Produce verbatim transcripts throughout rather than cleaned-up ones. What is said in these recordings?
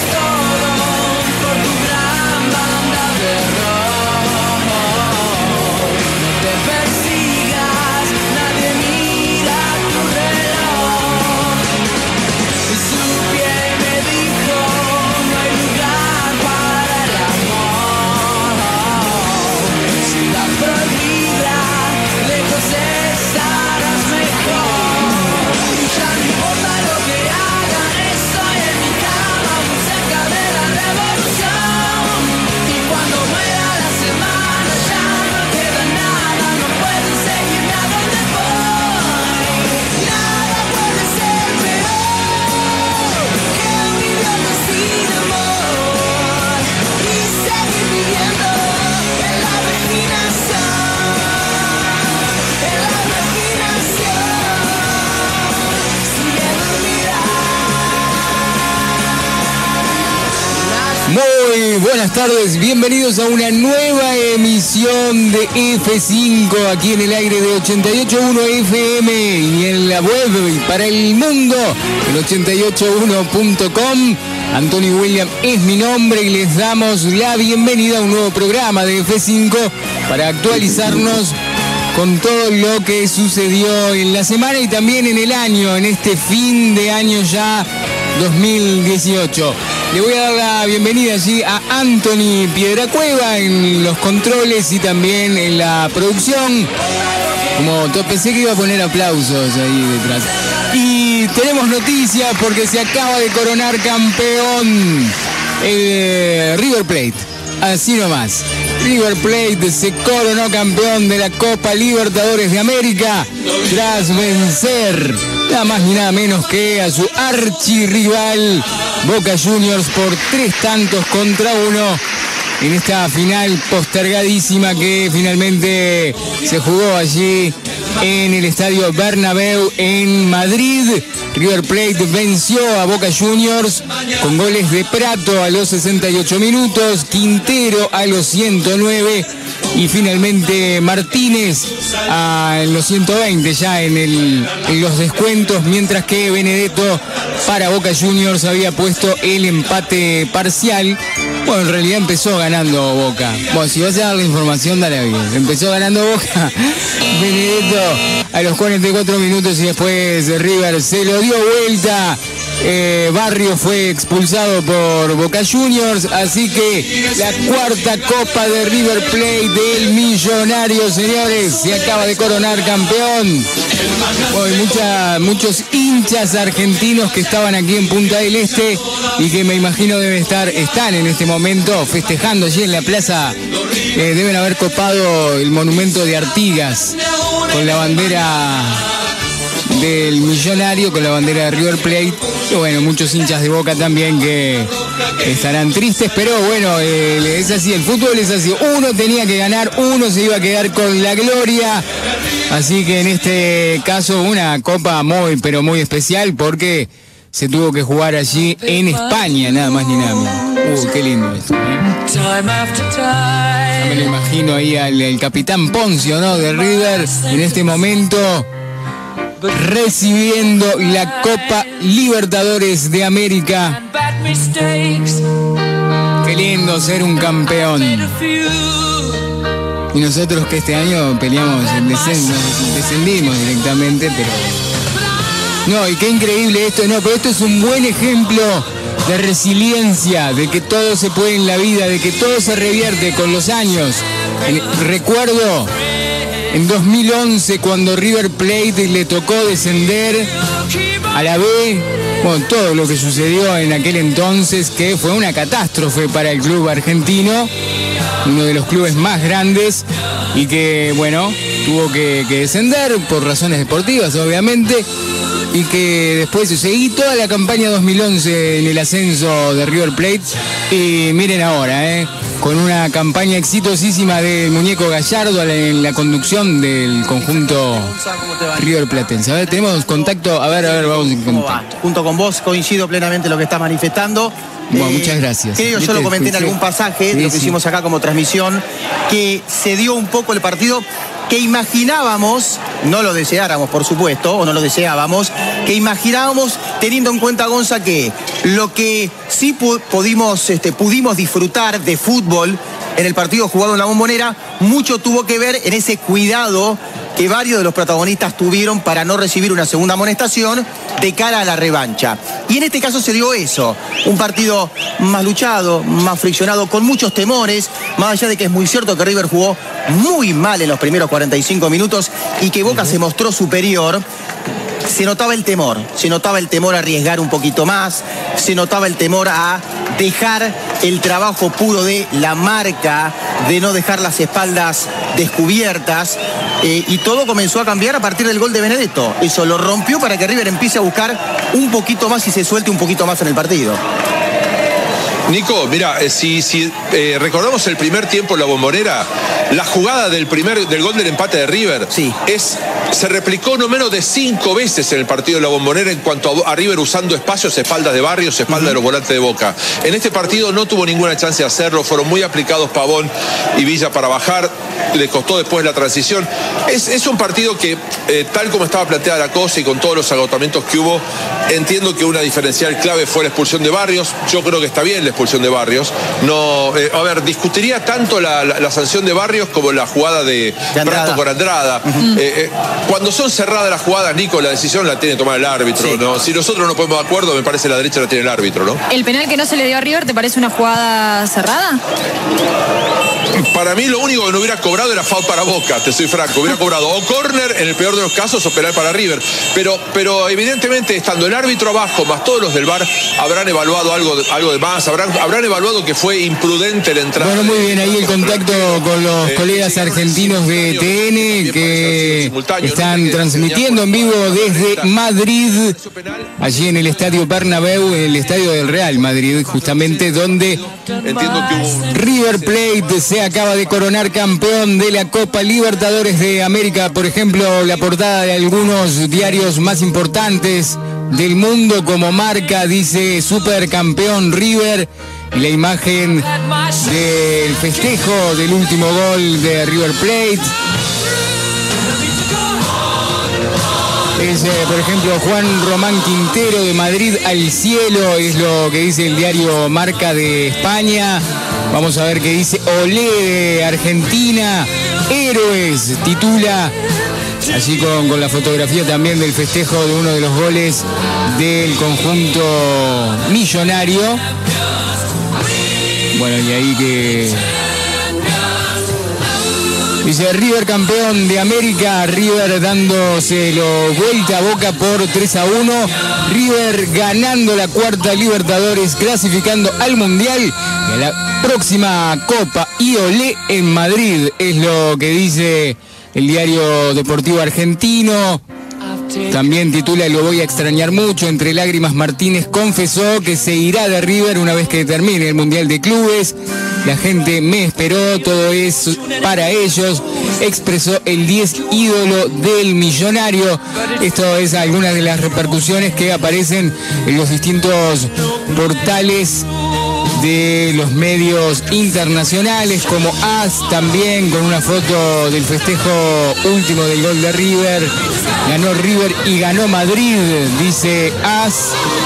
Muy buenas tardes, bienvenidos a una nueva emisión de F cinco aquí en el aire de ochenta y ocho punto uno F M y en la web y para el mundo en ochenta y ocho punto uno punto com. Anthony William es mi nombre y les damos la bienvenida a un nuevo programa de F cinco para actualizarnos con todo lo que sucedió en la semana y también en el año, en este fin de año ya dos mil dieciocho. Le voy a dar la bienvenida allí a Anthony Piedracueva en los controles y también en la producción. Como pensé que iba a poner aplausos ahí detrás. Y tenemos noticias porque se acaba de coronar campeón el River Plate. Así nomás. River Plate se coronó campeón de la Copa Libertadores de América tras vencer nada más ni nada menos que a su archirrival Boca Juniors por tres tantos contra uno en esta final postergadísima que finalmente se jugó allí en el Estadio Bernabéu en Madrid. River Plate venció a Boca Juniors con goles de Prato a los sesenta y ocho minutos, Quintero a los ciento nueve y finalmente Martínez a los ciento veinte ya en, el, en los descuentos, mientras que Benedetto para Boca Juniors había puesto el empate parcial. Bueno, en realidad empezó ganando Boca. Bueno, si vas a dar la información, dale bien. Empezó ganando Boca. Benedetto a los cuarenta y cuatro minutos y después River se lo dio vuelta. Eh, Barrio fue expulsado por Boca Juniors, así que la cuarta Copa de River Plate del Millonario, señores, se acaba de coronar campeón. Bueno, mucha, muchos hinchas argentinos que estaban aquí en Punta del Este y que me imagino deben estar, están en este momento festejando allí en la plaza. Eh, deben haber copado el monumento de Artigas con la bandera del Millonario, con la bandera de River Plate. Y bueno, muchos hinchas de Boca también que estarán tristes, pero bueno, eh, es así, el fútbol es así. Uno tenía que ganar, uno se iba a quedar con la gloria. Así que en este caso una copa muy, pero muy especial porque se tuvo que jugar allí en España, nada más ni nada menos. Uh, qué lindo esto, ¿eh? Ya me lo imagino ahí al, al capitán Poncio, ¿no? De River en este momento recibiendo la Copa Libertadores de América. Qué lindo ser un campeón. Y nosotros que este año peleamos el descenso, descendimos directamente, pero... No, y qué increíble esto, no, pero esto es un buen ejemplo de resiliencia, de que todo se puede en la vida, de que todo se revierte con los años. Recuerdo en dos mil once cuando River Plate le tocó descender a la B, bueno, todo lo que sucedió en aquel entonces, que fue una catástrofe para el club argentino, uno de los clubes más grandes y que, bueno, tuvo que, que descender por razones deportivas, obviamente, y que después seguí toda la campaña dos mil once en el ascenso de River Plate y miren ahora, eh, con una campaña exitosísima del muñeco Gallardo en la conducción del conjunto River Platense. A ver, tenemos contacto, a ver, a ver, vamos en contacto. Junto con vos coincido plenamente lo que estás manifestando. Bueno, eh, muchas gracias. Creo, yo lo comenté en algún pasaje, sí, de lo que sí. hicimos acá como transmisión, que se dio un poco el partido que imaginábamos, no lo deseáramos por supuesto, o no lo deseábamos, que imaginábamos teniendo en cuenta, Gonza, que Lo que sí pu pudimos, este, pudimos disfrutar de fútbol en el partido jugado en la Bombonera, mucho tuvo que ver en ese cuidado que varios de los protagonistas tuvieron para no recibir una segunda amonestación de cara a la revancha. Y en este caso se dio eso, un partido más luchado, más friccionado, con muchos temores, más allá de que es muy cierto que River jugó muy mal en los primeros cuarenta y cinco minutos y que Boca uh-huh. se mostró superior. Se notaba el temor, se notaba el temor a arriesgar un poquito más, se notaba el temor a dejar el trabajo puro de la marca, de no dejar las espaldas descubiertas, eh, y todo comenzó a cambiar a partir del gol de Benedetto. Eso lo rompió para que River empiece a buscar un poquito más y se suelte un poquito más en el partido. Nico, mira, eh, si, si eh, recordamos el primer tiempo en la Bombonera, la jugada del primer del gol del empate de River sí. es, se replicó no menos de cinco veces en el partido de la Bombonera en cuanto a, a River usando espacios, espaldas de Barrios, espaldas uh-huh. de los volantes de Boca. En este partido no tuvo ninguna chance de hacerlo, fueron muy aplicados Pavón y Villa para bajar, le costó después la transición. Es, es un partido que, eh, tal como estaba planteada la cosa y con todos los agotamientos que hubo, entiendo que una diferencial clave fue la expulsión de Barrios. Yo creo que está bien la expulsión de Barrios. No, eh, a ver, discutiría tanto la, la, la sanción de Barrios como la jugada de, de Prato con Andrada. Uh-huh. eh, eh, cuando son cerradas las jugadas, Nico, la decisión la tiene que tomar el árbitro, sí. ¿no? Si nosotros no podemos de acuerdo, me parece la derecha la tiene el árbitro, ¿no? ¿El penal que no se le dio a River te parece una jugada cerrada? Para mí lo único que no hubiera cobrado era foul para Boca, te soy franco. Hubiera cobrado o córner en el peor de los casos o penal para River. Pero, pero evidentemente, estando el árbitro abajo, más todos los del V A R, habrán evaluado algo, algo de más, habrán, habrán evaluado que fue imprudente la entrada. Bueno, muy bien, ahí el contacto con los eh, colegas argentinos de T N que están transmitiendo en vivo desde Madrid, allí en el Estadio Bernabéu, el estadio del Real Madrid, justamente donde entiendo que hubo... River Plate se acaba de coronar campeón de la Copa Libertadores de América. Por ejemplo, la portada de algunos diarios más importantes del mundo como Marca dice supercampeón River, y la imagen del festejo del último gol de River Plate es, eh, por ejemplo, Juan Román Quintero de Madrid al cielo, es lo que dice el diario Marca de España. Vamos a ver qué dice Olé de Argentina, héroes, titula, así con, con la fotografía también del festejo de uno de los goles del conjunto millonario. Bueno, y ahí que... dice River campeón de América, River dándoselo vuelta a Boca por tres a uno, River ganando la cuarta Libertadores, clasificando al Mundial y a la próxima Copa y olé en Madrid, es lo que dice el diario deportivo argentino. También titula Lo voy a extrañar mucho, entre lágrimas Martínez confesó que se irá de River una vez que termine el Mundial de Clubes. La gente me esperó, todo es para ellos, expresó el diez ídolo del millonario. Esto es algunas de las repercusiones que aparecen en los distintos portales de los medios internacionales como A S, también con una foto del festejo último del gol de River. Ganó River y ganó Madrid, dice A S.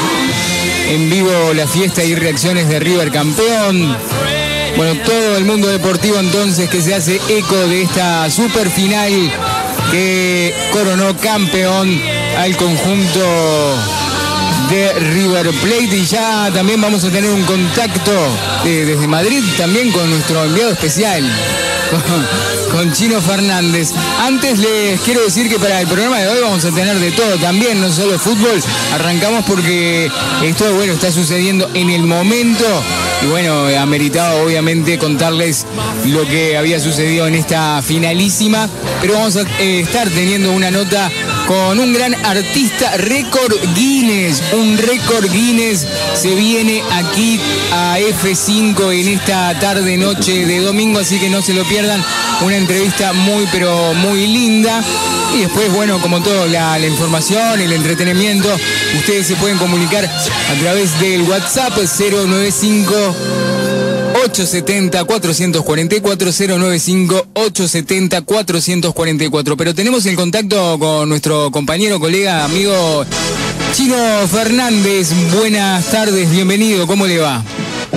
En vivo la fiesta y reacciones de River campeón. Bueno, todo el mundo deportivo entonces que se hace eco de esta super final que coronó campeón al conjunto de River Plate. Y ya también vamos a tener un contacto de, desde Madrid también con nuestro enviado especial, con, con Chino Fernández. Antes les quiero decir que para el programa de hoy vamos a tener de todo también, no solo fútbol. Arrancamos porque esto, bueno, está sucediendo en el momento y bueno, ameritaba obviamente contarles lo que había sucedido en esta finalísima, pero vamos a eh, estar teniendo una nota con un gran artista, récord Guinness, un récord Guinness se viene aquí a F cinco en esta tarde noche de domingo, así que no se lo pierdan, una entrevista muy pero muy linda. Y después, bueno, como todo, la, la información, el entretenimiento, ustedes se pueden comunicar a través del WhatsApp cero nueve cinco ocho siete cero cuatro cuatro cuatro, cero nueve cinco ocho siete cero cuatro cuatro cuatro. Pero tenemos el contacto con nuestro compañero, colega, amigo Chino Fernández, buenas tardes, bienvenido, ¿cómo le va?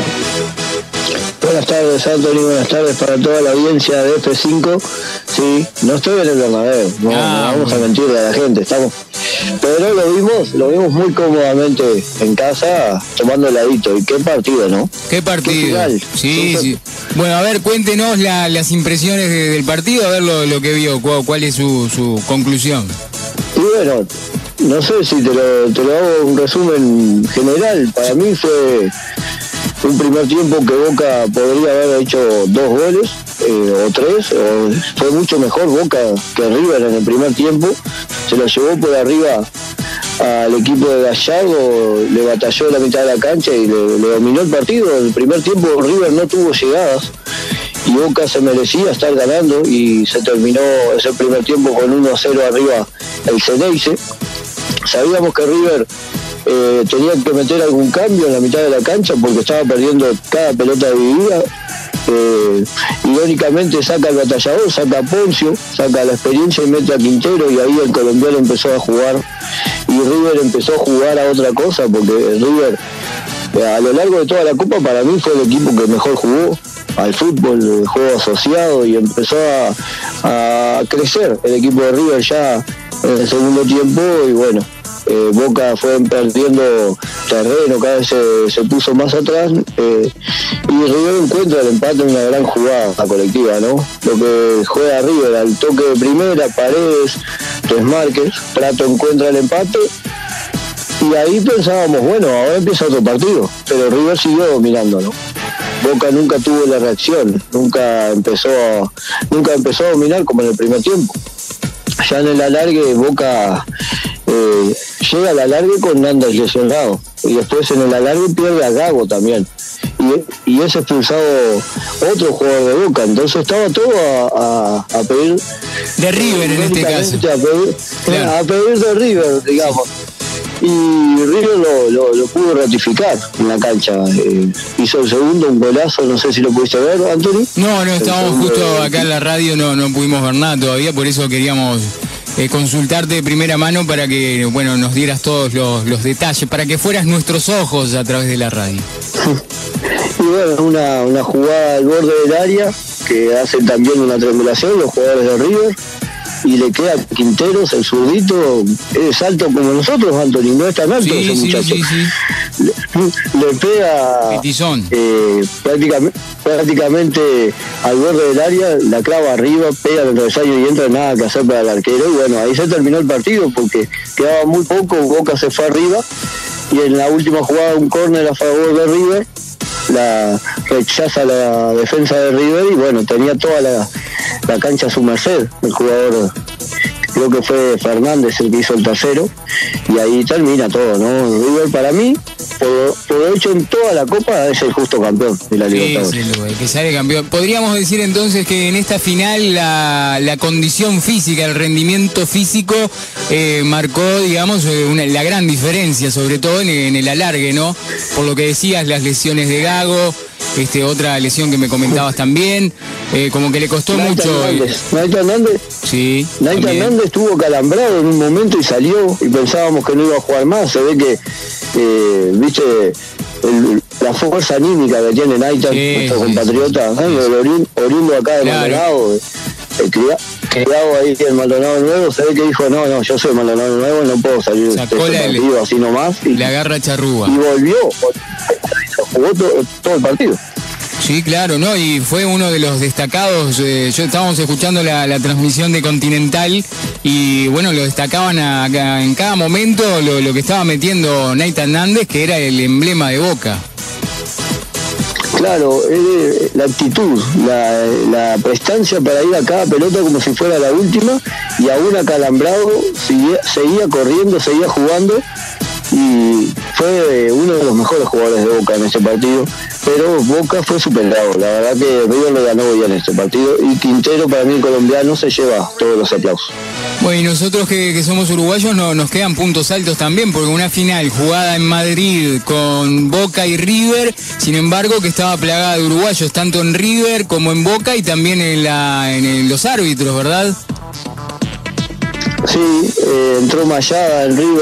Buenas tardes, Anthony, buenas tardes para toda la audiencia de F cinco. Sí, no estoy en el Bernabéu, no, ah, no vamos bueno. a mentirle a la gente, estamos... Pero lo vimos, lo vimos muy cómodamente en casa, tomando heladito. Y qué partido, ¿no? Qué partido. Qué sí, sí. Bueno, a ver, cuéntenos la, las impresiones de, del partido, a ver lo, lo que vio, cuál, cuál es su, su conclusión. Y bueno, no sé si te lo, te lo hago un resumen general. Para mí fue un primer tiempo que Boca podría haber hecho dos goles, eh, o tres, o fue mucho mejor Boca que River en el primer tiempo. Se lo llevó por arriba al equipo de Gallardo, le batalló la mitad de la cancha y le, le dominó el partido. En el primer tiempo River no tuvo llegadas y Boca se merecía estar ganando y se terminó ese primer tiempo con uno a cero arriba el Ceneice. Sabíamos que River eh, tenía que meter algún cambio en la mitad de la cancha porque estaba perdiendo cada pelota dividida. Eh, irónicamente saca al batallador, saca a Poncio, saca la experiencia y mete a Quintero, y ahí el colombiano empezó a jugar y River empezó a jugar a otra cosa, porque River eh, a lo largo de toda la Copa para mí fue el equipo que mejor jugó al fútbol, el juego asociado, y empezó a, a crecer el equipo de River ya en el segundo tiempo. Y bueno, Eh, Boca fue perdiendo terreno, cada vez se, se puso más atrás, eh, y River encuentra el empate en una gran jugada colectiva, ¿no? Lo que juega River al toque de primera, Paredes, Tres Márquez, Prato encuentra el empate, y ahí pensábamos, bueno, ahora empieza otro partido, pero River siguió dominando, ¿no? Boca nunca tuvo la reacción, nunca empezó a, nunca empezó a dominar como en el primer tiempo. Ya en el alargue Boca eh, llega al alargue con Nández lesionado y después en el alargue pierde a Gago también y, y es expulsado otro jugador de Boca, entonces estaba todo a, a, a pedir de River en este caso a pedir, claro. a pedir de River, digamos, y River lo, lo, lo pudo ratificar en la cancha. Eh, hizo el segundo, un golazo, no sé si lo pudiste ver, Anthony. No, no, estábamos justo acá en la radio, no, no pudimos ver nada todavía, por eso queríamos eh, consultarte de primera mano para que, bueno, nos dieras todos los, los detalles, para que fueras nuestros ojos a través de la radio. Y bueno, una, una jugada al borde del área que hacen también una triangulación los jugadores de River, y le queda a Quinteros, el zurdito, es alto como nosotros, Anthony, no es tan alto sí, ese sí, muchacho. Sí, sí. Le, le pega eh, prácticamente, prácticamente al borde del área, la clava arriba, pega el travesaño y entra, nada que hacer para el arquero. Y bueno, ahí se terminó el partido porque quedaba muy poco, Boca se fue arriba y en la última jugada un córner a favor de River, la rechaza la defensa de River y bueno, tenía toda la, la cancha a su merced el jugador, creo que fue Fernández el que hizo el tercero, y ahí termina todo, ¿no? River para mí, por, por hecho en toda la Copa, es el justo campeón de la Libertadores. Sí, sí, el que sale campeón. Podríamos decir entonces que en esta final la, la condición física, el rendimiento físico eh, marcó, digamos, una, la gran diferencia, sobre todo en, en el alargue, ¿no? Por lo que decías, las lesiones de Gago, este, otra lesión que me comentabas también, eh, como que le costó Naita mucho. Hernández. Naita Hernández, sí, Naita Hernández estuvo calambrado en un momento y salió y pensábamos que no iba a jugar más. Se ve que, eh, viste, el, la fuerza anímica que tiene Naita, sí, nuestro sí, compatriota, sí, ¿eh? sí. Oriundo, oriundo acá de claro. Maldonado, eh, criado ahí en Maldonado Nuevo, se ve que dijo, no, no, yo soy Maldonado Nuevo, no puedo salir de este partido así nomás. Y le agarra charrúa. Y volvió, jugó todo, todo el partido. Sí, claro, ¿no? Y fue uno de los destacados. Eh, yo estábamos escuchando la, la transmisión de Continental y bueno, lo destacaban a, a, en cada momento lo, lo que estaba metiendo Naita Hernández, que era el emblema de Boca. Claro, eh, la actitud, la, la prestancia para ir a cada pelota como si fuera la última, y aún acalambrado seguía, seguía corriendo, seguía jugando, y fue uno de los mejores jugadores de Boca en este partido, pero Boca fue superado. La verdad que River le ganó bien este partido y Quintero, para mí el colombiano, se lleva todos los aplausos. Bueno, y nosotros que, que somos uruguayos no, nos quedan puntos altos también, porque una final jugada en Madrid con Boca y River, sin embargo que estaba plagada de uruguayos, tanto en River como en Boca y también en, la, en el, los árbitros, ¿verdad? Sí, eh, entró Mayada en River,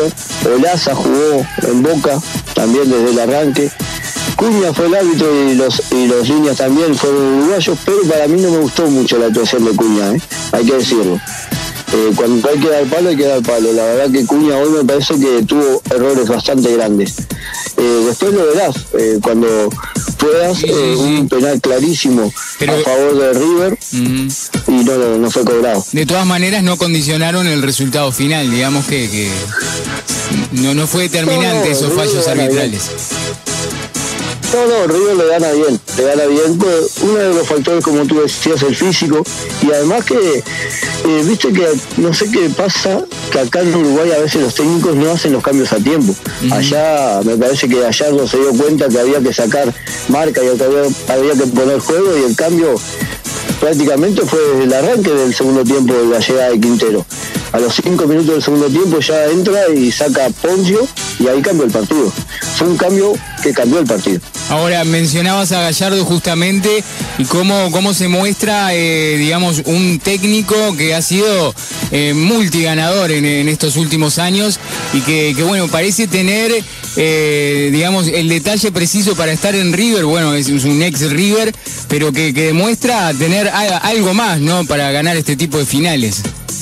Olaza jugó en Boca, también desde el arranque. Cunha fue el árbitro y los, y los líneas también fueron uruguayos, pero para mí no me gustó mucho la actuación de Cunha, ¿eh? Hay que decirlo. Eh, cuando hay que dar palo, hay que dar palo. La verdad que Cunha hoy me parece que tuvo errores bastante grandes. Eh, después lo verás, eh, cuando puedas, sí, sí, eh, sí. un penal clarísimo pero, a favor de River uh-huh. y no, no, no fue cobrado. De todas maneras no condicionaron el resultado final, digamos que, que no, no fue determinante no, no, esos fallos arbitrales. No, no, River le gana bien, le gana bien. Pues, uno de los factores, como tú decías, el físico, y además que, eh, viste que no sé qué pasa, que acá en Uruguay a veces los técnicos no hacen los cambios a tiempo. Uh-huh. Allá, me parece que Gallardo se dio cuenta que había que sacar marca y que había, había que poner juego, y el cambio prácticamente fue desde el arranque del segundo tiempo de la llegada de Quintero. A los cinco minutos del segundo tiempo ya entra y saca a Poncio, y ahí cambió el partido. Fue un cambio que cambió el partido. Ahora, mencionabas a Gallardo justamente y cómo, cómo se muestra, eh, digamos, un técnico que ha sido eh, multiganador en, en estos últimos años y que, que bueno, parece tener, eh, digamos, el detalle preciso para estar en River. Bueno, es un ex River, pero que, que demuestra tener algo más, ¿no?, para ganar este tipo de finales.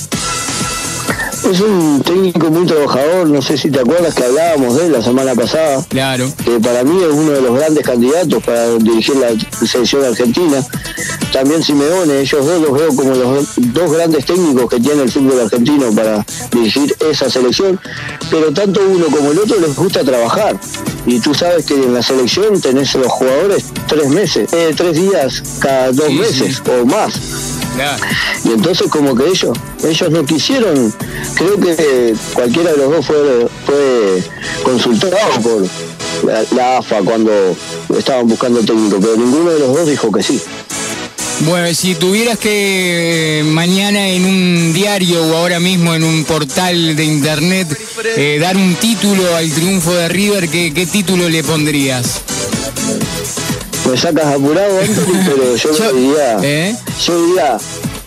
Es un técnico muy trabajador, no sé si te acuerdas que hablábamos de él la semana pasada. Claro. Que para mí es uno de los grandes candidatos para dirigir la selección argentina. También Simeone, ellos dos los veo como los dos grandes técnicos que tiene el fútbol argentino para dirigir esa selección. Pero tanto uno como el otro les gusta trabajar. Y tú sabes que en la selección tenés a los jugadores tres meses, eh, tres días cada dos sí, meses sí. o más. Claro. Y entonces como que ellos ellos no quisieron, creo que cualquiera de los dos fue, fue consultado por la, la A F A cuando estaban buscando técnico, pero ninguno de los dos dijo que sí. Bueno, si tuvieras que eh, mañana en un diario o ahora mismo en un portal de internet eh, dar un título al triunfo de River, ¿qué, qué título le pondrías? Me sacas apurado, Anthony, pero yo, yo diría, ¿eh? yo diría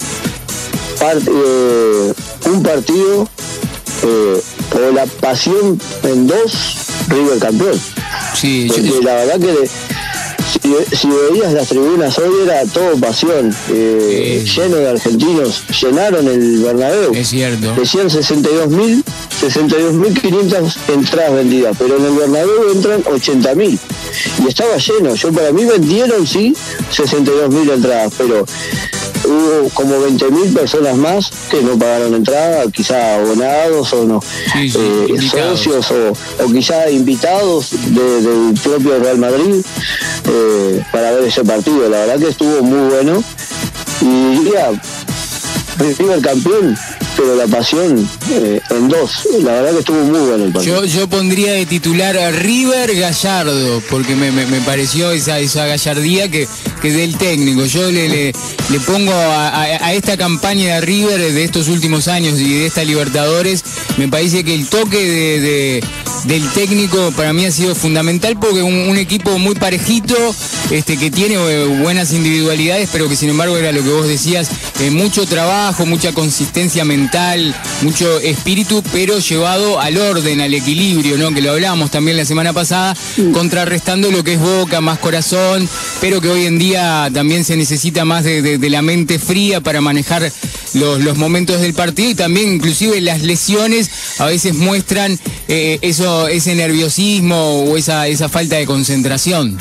part, eh, un partido eh, o la pasión en dos, River campeón. Sí, porque yo... la verdad que si, si veías las tribunas hoy era todo pasión, eh, sí. lleno de argentinos, llenaron el Bernabéu. Es cierto. Decían sesenta y dos mil quinientas entradas vendidas, pero en el Bernabéu entran ochenta mil. Y estaba lleno. Yo para mí vendieron, sí, sesenta y dos mil entradas, pero hubo como veinte mil personas más que no pagaron entrada, quizá abonados o no, sí, sí, eh, socios o, o quizá invitados de, del propio Real Madrid eh, para ver ese partido. La verdad que estuvo muy bueno y diría River campeón, pero la pasión eh, en dos. La verdad que estuvo muy bueno el partido. Yo, yo pondría de titular a River Gallardo, porque me, me, me pareció esa, esa gallardía que, que del técnico. Yo le, le, le pongo a, a, a esta campaña de River de estos últimos años y de esta Libertadores, me parece que el toque de, de, del técnico para mí ha sido fundamental, porque un, un equipo muy parejito, este, que tiene buenas individualidades, pero que sin embargo era lo que vos decías, eh, mucho trabajo, mucha consistencia mental, mucho espíritu, pero llevado al orden, al equilibrio, ¿no? Que lo hablábamos también la semana pasada, mm. contrarrestando lo que es Boca, más corazón, pero que hoy en día también se necesita más de, de, de la mente fría para manejar los, los momentos del partido, y también inclusive las lesiones a veces muestran eh, eso, ese nerviosismo o esa, esa falta de concentración.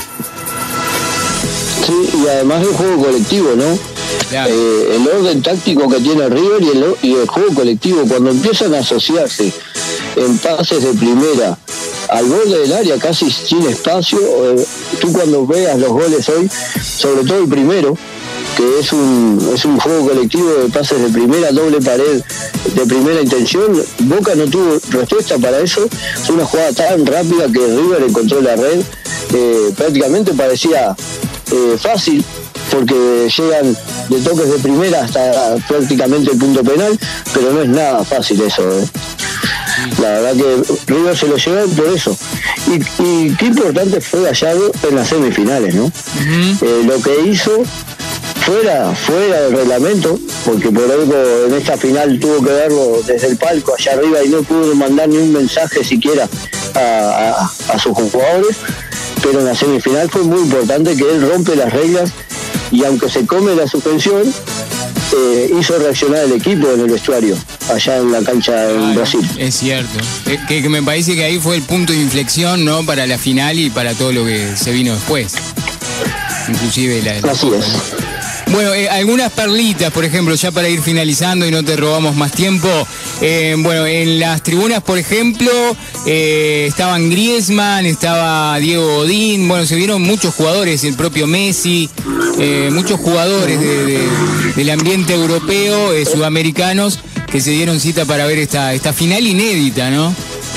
Sí, y además el juego colectivo, ¿no? Claro. Eh, el orden táctico que tiene River y el, y el juego colectivo, cuando empiezan a asociarse en pases de primera al borde del área casi sin espacio, eh, tú cuando veas los goles hoy, sobre todo el primero, que es un, es un juego colectivo de pases de primera, doble pared de primera intención, Boca no tuvo respuesta para eso. Fue una jugada tan rápida que River encontró la red, eh, prácticamente parecía eh, fácil, porque llegan de toques de primera hasta prácticamente el punto penal, pero no es nada fácil eso, ¿eh? La verdad que River se lo llevó por eso. Y, y qué importante fue Gallardo en las semifinales, ¿no? Uh-huh. Eh, lo que hizo fuera, fuera del reglamento, porque por algo en esta final tuvo que verlo desde el palco allá arriba y no pudo mandar ni un mensaje siquiera a, a, a sus jugadores, pero en la semifinal fue muy importante que él rompe las reglas y aunque se come la suspensión, eh, hizo reaccionar el equipo en el vestuario, allá en la cancha en Claro, Brasil. es cierto. Eh, Que, que me parece que ahí fue el punto de inflexión, ¿no? Para la final y para todo lo que se vino después. Inclusive la... la Así es. Bueno, eh, algunas perlitas, por ejemplo, ya para ir finalizando y no te robamos más tiempo. Eh, bueno, en las tribunas, por ejemplo, eh, estaban Griezmann, estaba Diego Godín, bueno, se vieron muchos jugadores, el propio Messi, eh, muchos jugadores de, de, del ambiente europeo, eh, sudamericanos, que se dieron cita para ver esta, esta final inédita, ¿no?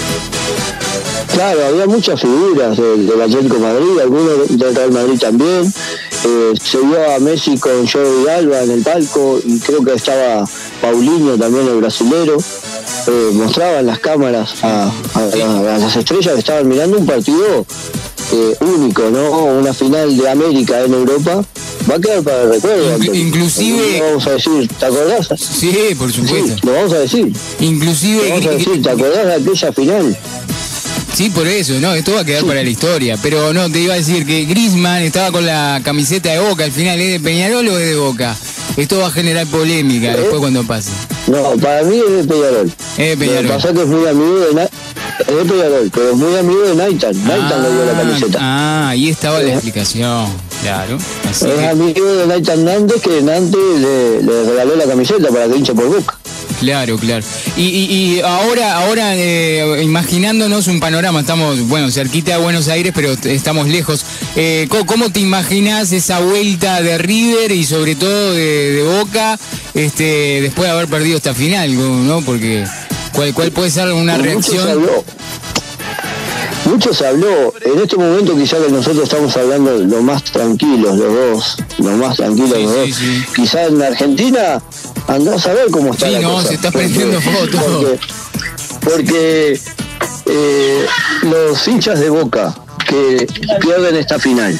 Claro, había muchas figuras del, del Atlético de Madrid, algunos del Real Madrid también. Eh, se vio a Messi con Jordi Alba en el palco y creo que estaba Paulinho también, el brasilero. Eh, mostraban las cámaras a, a, a, a las estrellas que estaban mirando un partido eh, único, ¿no? Una final de América en Europa. Va a quedar para el recuerdo. Inclu- inclusive... Lo vamos a decir, ¿te acordás? Sí, por supuesto. Sí, lo vamos a decir. Inclusive... Lo vamos a decir, ¿te acordás de aquella final? Sí, por eso, no, esto va a quedar para la historia. Pero no, te iba a decir que Griezmann estaba con la camiseta de Boca, al final, ¿es de Peñarol o es de Boca? Esto va a generar polémica después cuando pase. No, para mí es de Peñarol. Es de Peñarol. Lo que pasa es que es muy amigo de Na- es de Peñarol, pero es muy amigo de Naitan. Naitan le dio la camiseta. Ah, ahí estaba la explicación, claro. Así Es que, amigo de Naitan Nández, que Nández le, le regaló la camiseta para que hinche por Boca. claro, claro. Y, y, y ahora, ahora eh, imaginándonos un panorama, estamos, bueno, cerquita de Buenos Aires, pero t- estamos lejos. Eh, ¿cómo, ¿Cómo te imaginás esa vuelta de River y sobre todo de, de Boca este, después de haber perdido esta final, ¿no? Porque ¿cuál, cuál puede ser una Mucho se reacción? habló. Mucho se habló. En este momento quizá que nosotros estamos hablando lo más tranquilos, los dos. Lo más tranquilos, Sí, los sí, dos. sí. Quizá en Argentina andás a ver cómo está Sí, la no, cosa. se está Porque- prendiendo fotos. Porque, porque eh, los hinchas de Boca que pierden esta final,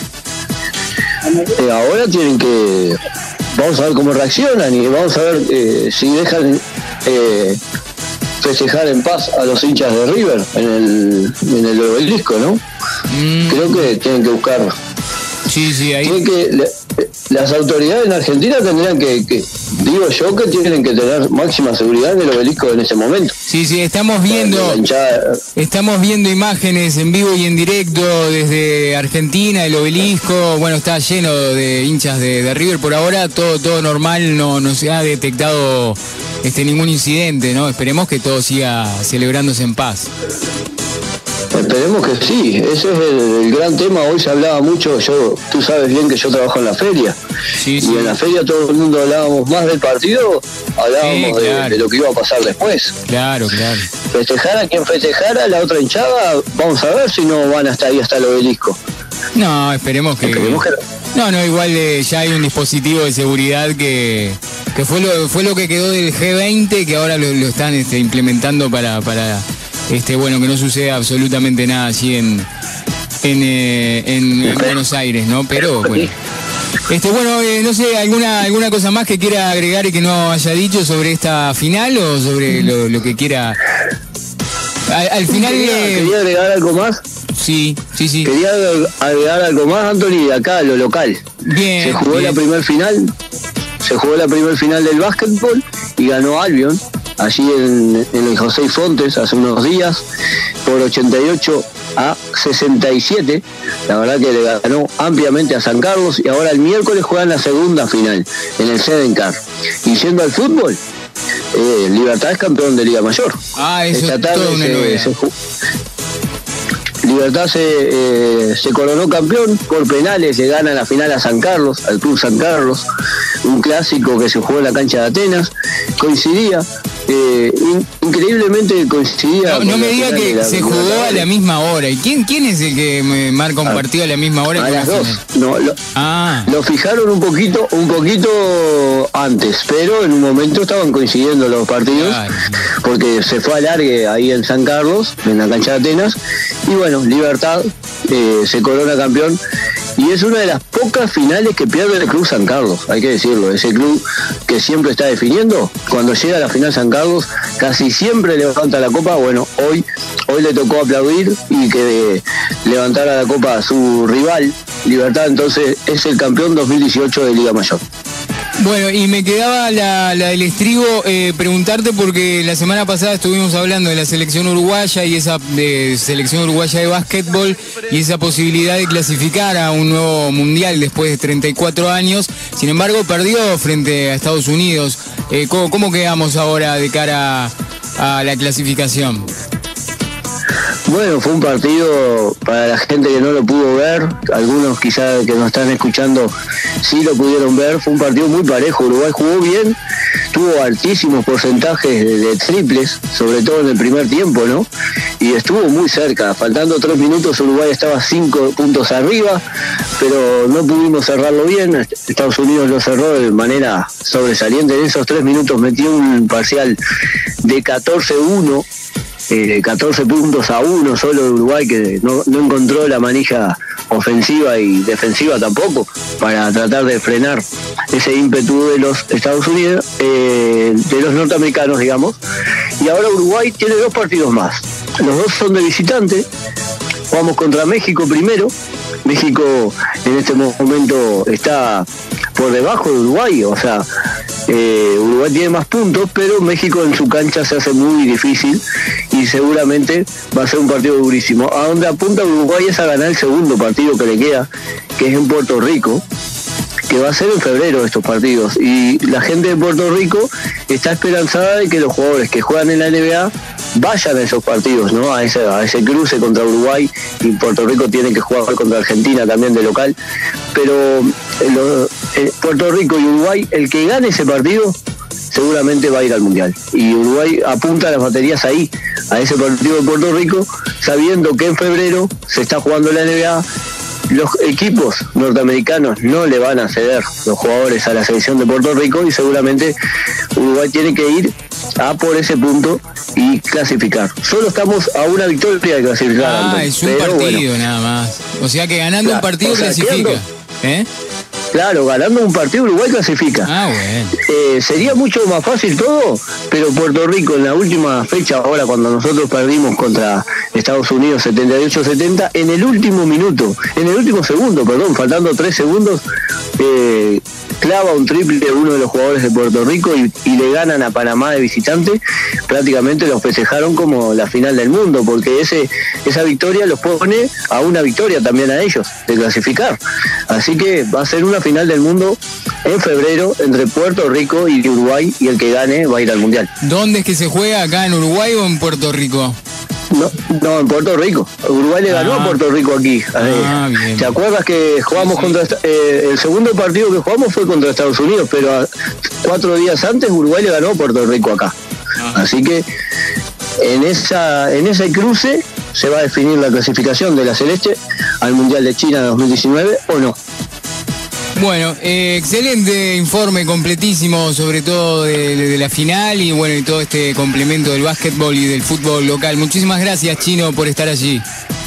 eh, ahora tienen que... Vamos a ver cómo reaccionan y vamos a ver eh, si dejan eh, festejar en paz a los hinchas de River en el, en el obelisco, ¿no? Mm, Creo que tienen que buscar... sí, sí, ahí. Tienen que, le- las autoridades en Argentina tendrían que, que, digo yo, que tienen que tener máxima seguridad en el obelisco en ese momento. Sí, sí, estamos viendo... La hinchada- Estamos viendo imágenes en vivo y en directo desde Argentina, el obelisco, bueno, está lleno de hinchas de, de River por ahora, todo todo normal, no, no se ha detectado este ningún incidente, ¿no? Esperemos que todo siga celebrándose en paz. Esperemos que sí, ese es el, el gran tema. Hoy se hablaba mucho, yo, tú sabes bien que yo trabajo en la feria, Sí, sí. y en la feria todo el mundo hablábamos más del partido, hablábamos Sí, de- claro. de, lo que iba a pasar después. Claro, claro. Festejara quien festejara, la otra hinchada, vamos a ver si no van hasta ahí, hasta el obelisco. No, esperemos que... Esperemos que- No, no, igual eh, ya hay un dispositivo de seguridad que, que fue lo fue lo que quedó del G veinte, que ahora lo, lo están este, implementando para, para este bueno que no suceda absolutamente nada allí en, en, eh, en, en Buenos Aires, ¿no? Pero bueno. Este, bueno, eh, no sé, ¿alguna alguna cosa más que quiera agregar y que no haya dicho sobre esta final o sobre lo, lo que quiera? Al, al final... Quería, eh, quería agregar algo más. sí, sí, sí. Quería agregar algo más, Anthony, de acá, lo local. Bien. Se jugó bien. la primer final, se jugó la primer final del básquetbol y ganó Albion, allí en, en el José Fontes hace unos días, por ochenta y ocho a sesenta y siete. La verdad que le ganó ampliamente a San Carlos y ahora el miércoles juegan la segunda final en el Sedencar. Y yendo al fútbol, eh, Libertad es campeón de Liga Mayor. Ah, eso Esta es tarde toda una se- novedad. se ju- Libertad se, eh, se coronó campeón por penales, le gana la final a San Carlos, al Club San Carlos, un clásico que se jugó en la cancha de Atenas, coincidía, eh, in- increíblemente coincidía. No, con no me la diga final de que la se jugó a la Libertadores. misma hora. ¿Y quién quién es el que me marca un partido a la misma hora? A que las la dos. final? No, lo, Ah, lo fijaron un poquito, un poquito antes, pero en un momento estaban coincidiendo los partidos, Claro. porque se fue a alargue ahí en San Carlos, en la cancha de Atenas, y bueno, Libertad eh, se corona campeón y es una de las pocas finales que pierde el Club San Carlos, hay que decirlo. Ese club que siempre está definiendo, cuando llega a la final San Carlos casi siempre levanta la copa. Bueno, hoy hoy le tocó aplaudir y que levantara la copa a su rival Libertad, entonces es el campeón dos mil dieciocho de Liga Mayor. Bueno, y me quedaba la, la del estribo, eh, preguntarte, porque la semana pasada estuvimos hablando de la selección uruguaya y esa de selección uruguaya de básquetbol y esa posibilidad de clasificar a un nuevo mundial después de treinta y cuatro años. Sin embargo, perdió frente a Estados Unidos. Eh, ¿cómo, ¿Cómo quedamos ahora de cara a, a la clasificación? Bueno, fue un partido para la gente que no lo pudo ver, algunos quizás que nos están escuchando sí lo pudieron ver. Fue un partido muy parejo, Uruguay jugó bien, tuvo altísimos porcentajes de, de triples, sobre todo en el primer tiempo, ¿no? Y estuvo muy cerca, faltando tres minutos Uruguay estaba cinco puntos arriba, pero no pudimos cerrarlo bien. Estados Unidos lo cerró de manera sobresaliente, en esos tres minutos metió un parcial de catorce uno. Eh, catorce puntos a uno solo de Uruguay, que no, no encontró la manija ofensiva y defensiva tampoco para tratar de frenar ese ímpetu de los Estados Unidos, eh, de los norteamericanos, digamos. Y ahora Uruguay tiene dos partidos más, los dos son de visitante. Jugamos contra México primero. México en este momento está por debajo de Uruguay, o sea, eh, Uruguay tiene más puntos, pero México en su cancha se hace muy difícil y seguramente va a ser un partido durísimo. A donde apunta Uruguay es a ganar el segundo partido que le queda, que es en Puerto Rico, que va a ser en febrero estos partidos, y la gente de Puerto Rico está esperanzada de que los jugadores que juegan en la N B A vayan a esos partidos, ¿no? A ese, a ese cruce contra Uruguay, y Puerto Rico tiene que jugar contra Argentina también de local, pero en lo, en Puerto Rico y Uruguay, el que gane ese partido seguramente va a ir al Mundial, y Uruguay apunta las baterías ahí, a ese partido de Puerto Rico, sabiendo que en febrero se está jugando la N B A. Los equipos norteamericanos no le van a ceder los jugadores a la selección de Puerto Rico, y seguramente Uruguay tiene que ir a por ese punto y clasificar. Solo estamos a una victoria de clasificar. Ah, Anton, es un partido, bueno, nada más. O sea que ganando, claro, un partido, o sea, clasifica. Quedando, ¿eh? Claro, ganando un partido Uruguay clasifica. Ah, bueno. Eh, sería mucho más fácil todo, pero Puerto Rico en la última fecha, ahora cuando nosotros perdimos contra Estados Unidos setenta y ocho a setenta, en el último minuto, en el último segundo, perdón, faltando tres segundos, eh, clava un triple de uno de los jugadores de Puerto Rico y, y le ganan a Panamá de visitante. Prácticamente los festejaron como la final del mundo, porque ese esa victoria los pone a una victoria también a ellos de clasificar. Así que va a ser una final del mundo en febrero entre Puerto Rico y Uruguay, y el que gane va a ir al Mundial. ¿Dónde es que se juega? ¿Acá en Uruguay o en Puerto Rico? No, no, en Puerto Rico. Uruguay le ganó ah. a Puerto Rico aquí. Ah, eh, ¿Te acuerdas que jugamos sí, sí. contra... Eh, el segundo partido que jugamos fue contra Estados Unidos, pero a, cuatro días antes Uruguay le ganó a Puerto Rico acá. Ah. Así que en esa en ese cruce se va a definir la clasificación de la Celeste al Mundial de China dos mil diecinueve o no. Bueno, eh, excelente informe, completísimo, sobre todo de, de, de la final y bueno, y todo este complemento del básquetbol y del fútbol local. Muchísimas gracias, Chino, por estar allí.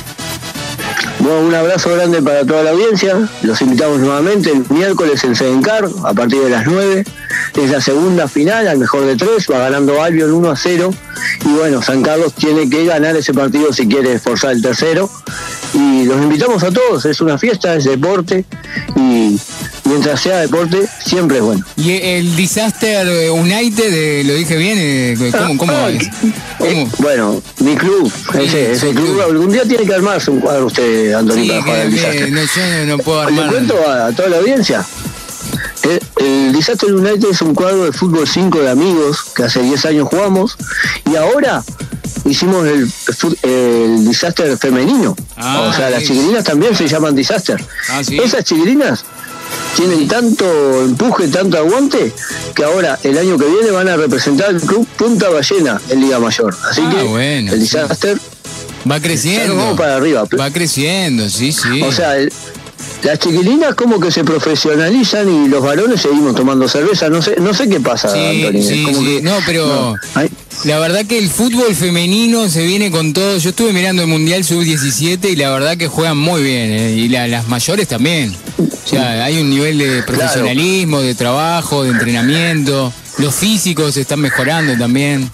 Bueno, un abrazo grande para toda la audiencia. Los invitamos nuevamente el miércoles en Sedencar a partir de las nueve. Es la segunda final, al mejor de tres, va ganando Albion uno a cero. Y bueno, San Carlos tiene que ganar ese partido si quiere forzar el tercero. Y los invitamos a todos, es una fiesta, es deporte, y mientras sea deporte, siempre es bueno. ¿Y el Disaster United, eh, lo dije bien? ¿Cómo, cómo ah, es? ¿Cómo? Eh, bueno, mi club, sí, ese, ese club, club, algún día tiene que armarse un cuadro usted, Antonio, sí, para jugar al Disaster. No, yo no puedo armar. Le cuento a, a toda la audiencia. El, el Disaster United es un cuadro de fútbol cinco de amigos que hace diez años jugamos, y ahora hicimos el, el Disaster femenino. Ah, o sea, las chiquilinas también se llaman Disaster. Ah, ¿sí? Esas chiquilinas tienen tanto empuje, tanto aguante, que ahora el año que viene van a representar al club Punta Ballena en Liga Mayor. Así ah, que bueno, el Disaster sí. va creciendo. Vamos para arriba. Va creciendo, sí, sí. O sea, el, las chiquilinas como que se profesionalizan y los varones seguimos tomando cerveza. No sé, no sé qué pasa, sí, Antonio. Sí, como sí. que, no, pero no, hay, La verdad que el fútbol femenino se viene con todo. Yo estuve mirando el Mundial sub diecisiete y la verdad que juegan muy bien, ¿eh? Y la, las mayores también. O sea, hay un nivel de profesionalismo, de trabajo, de entrenamiento. Los físicos se están mejorando también.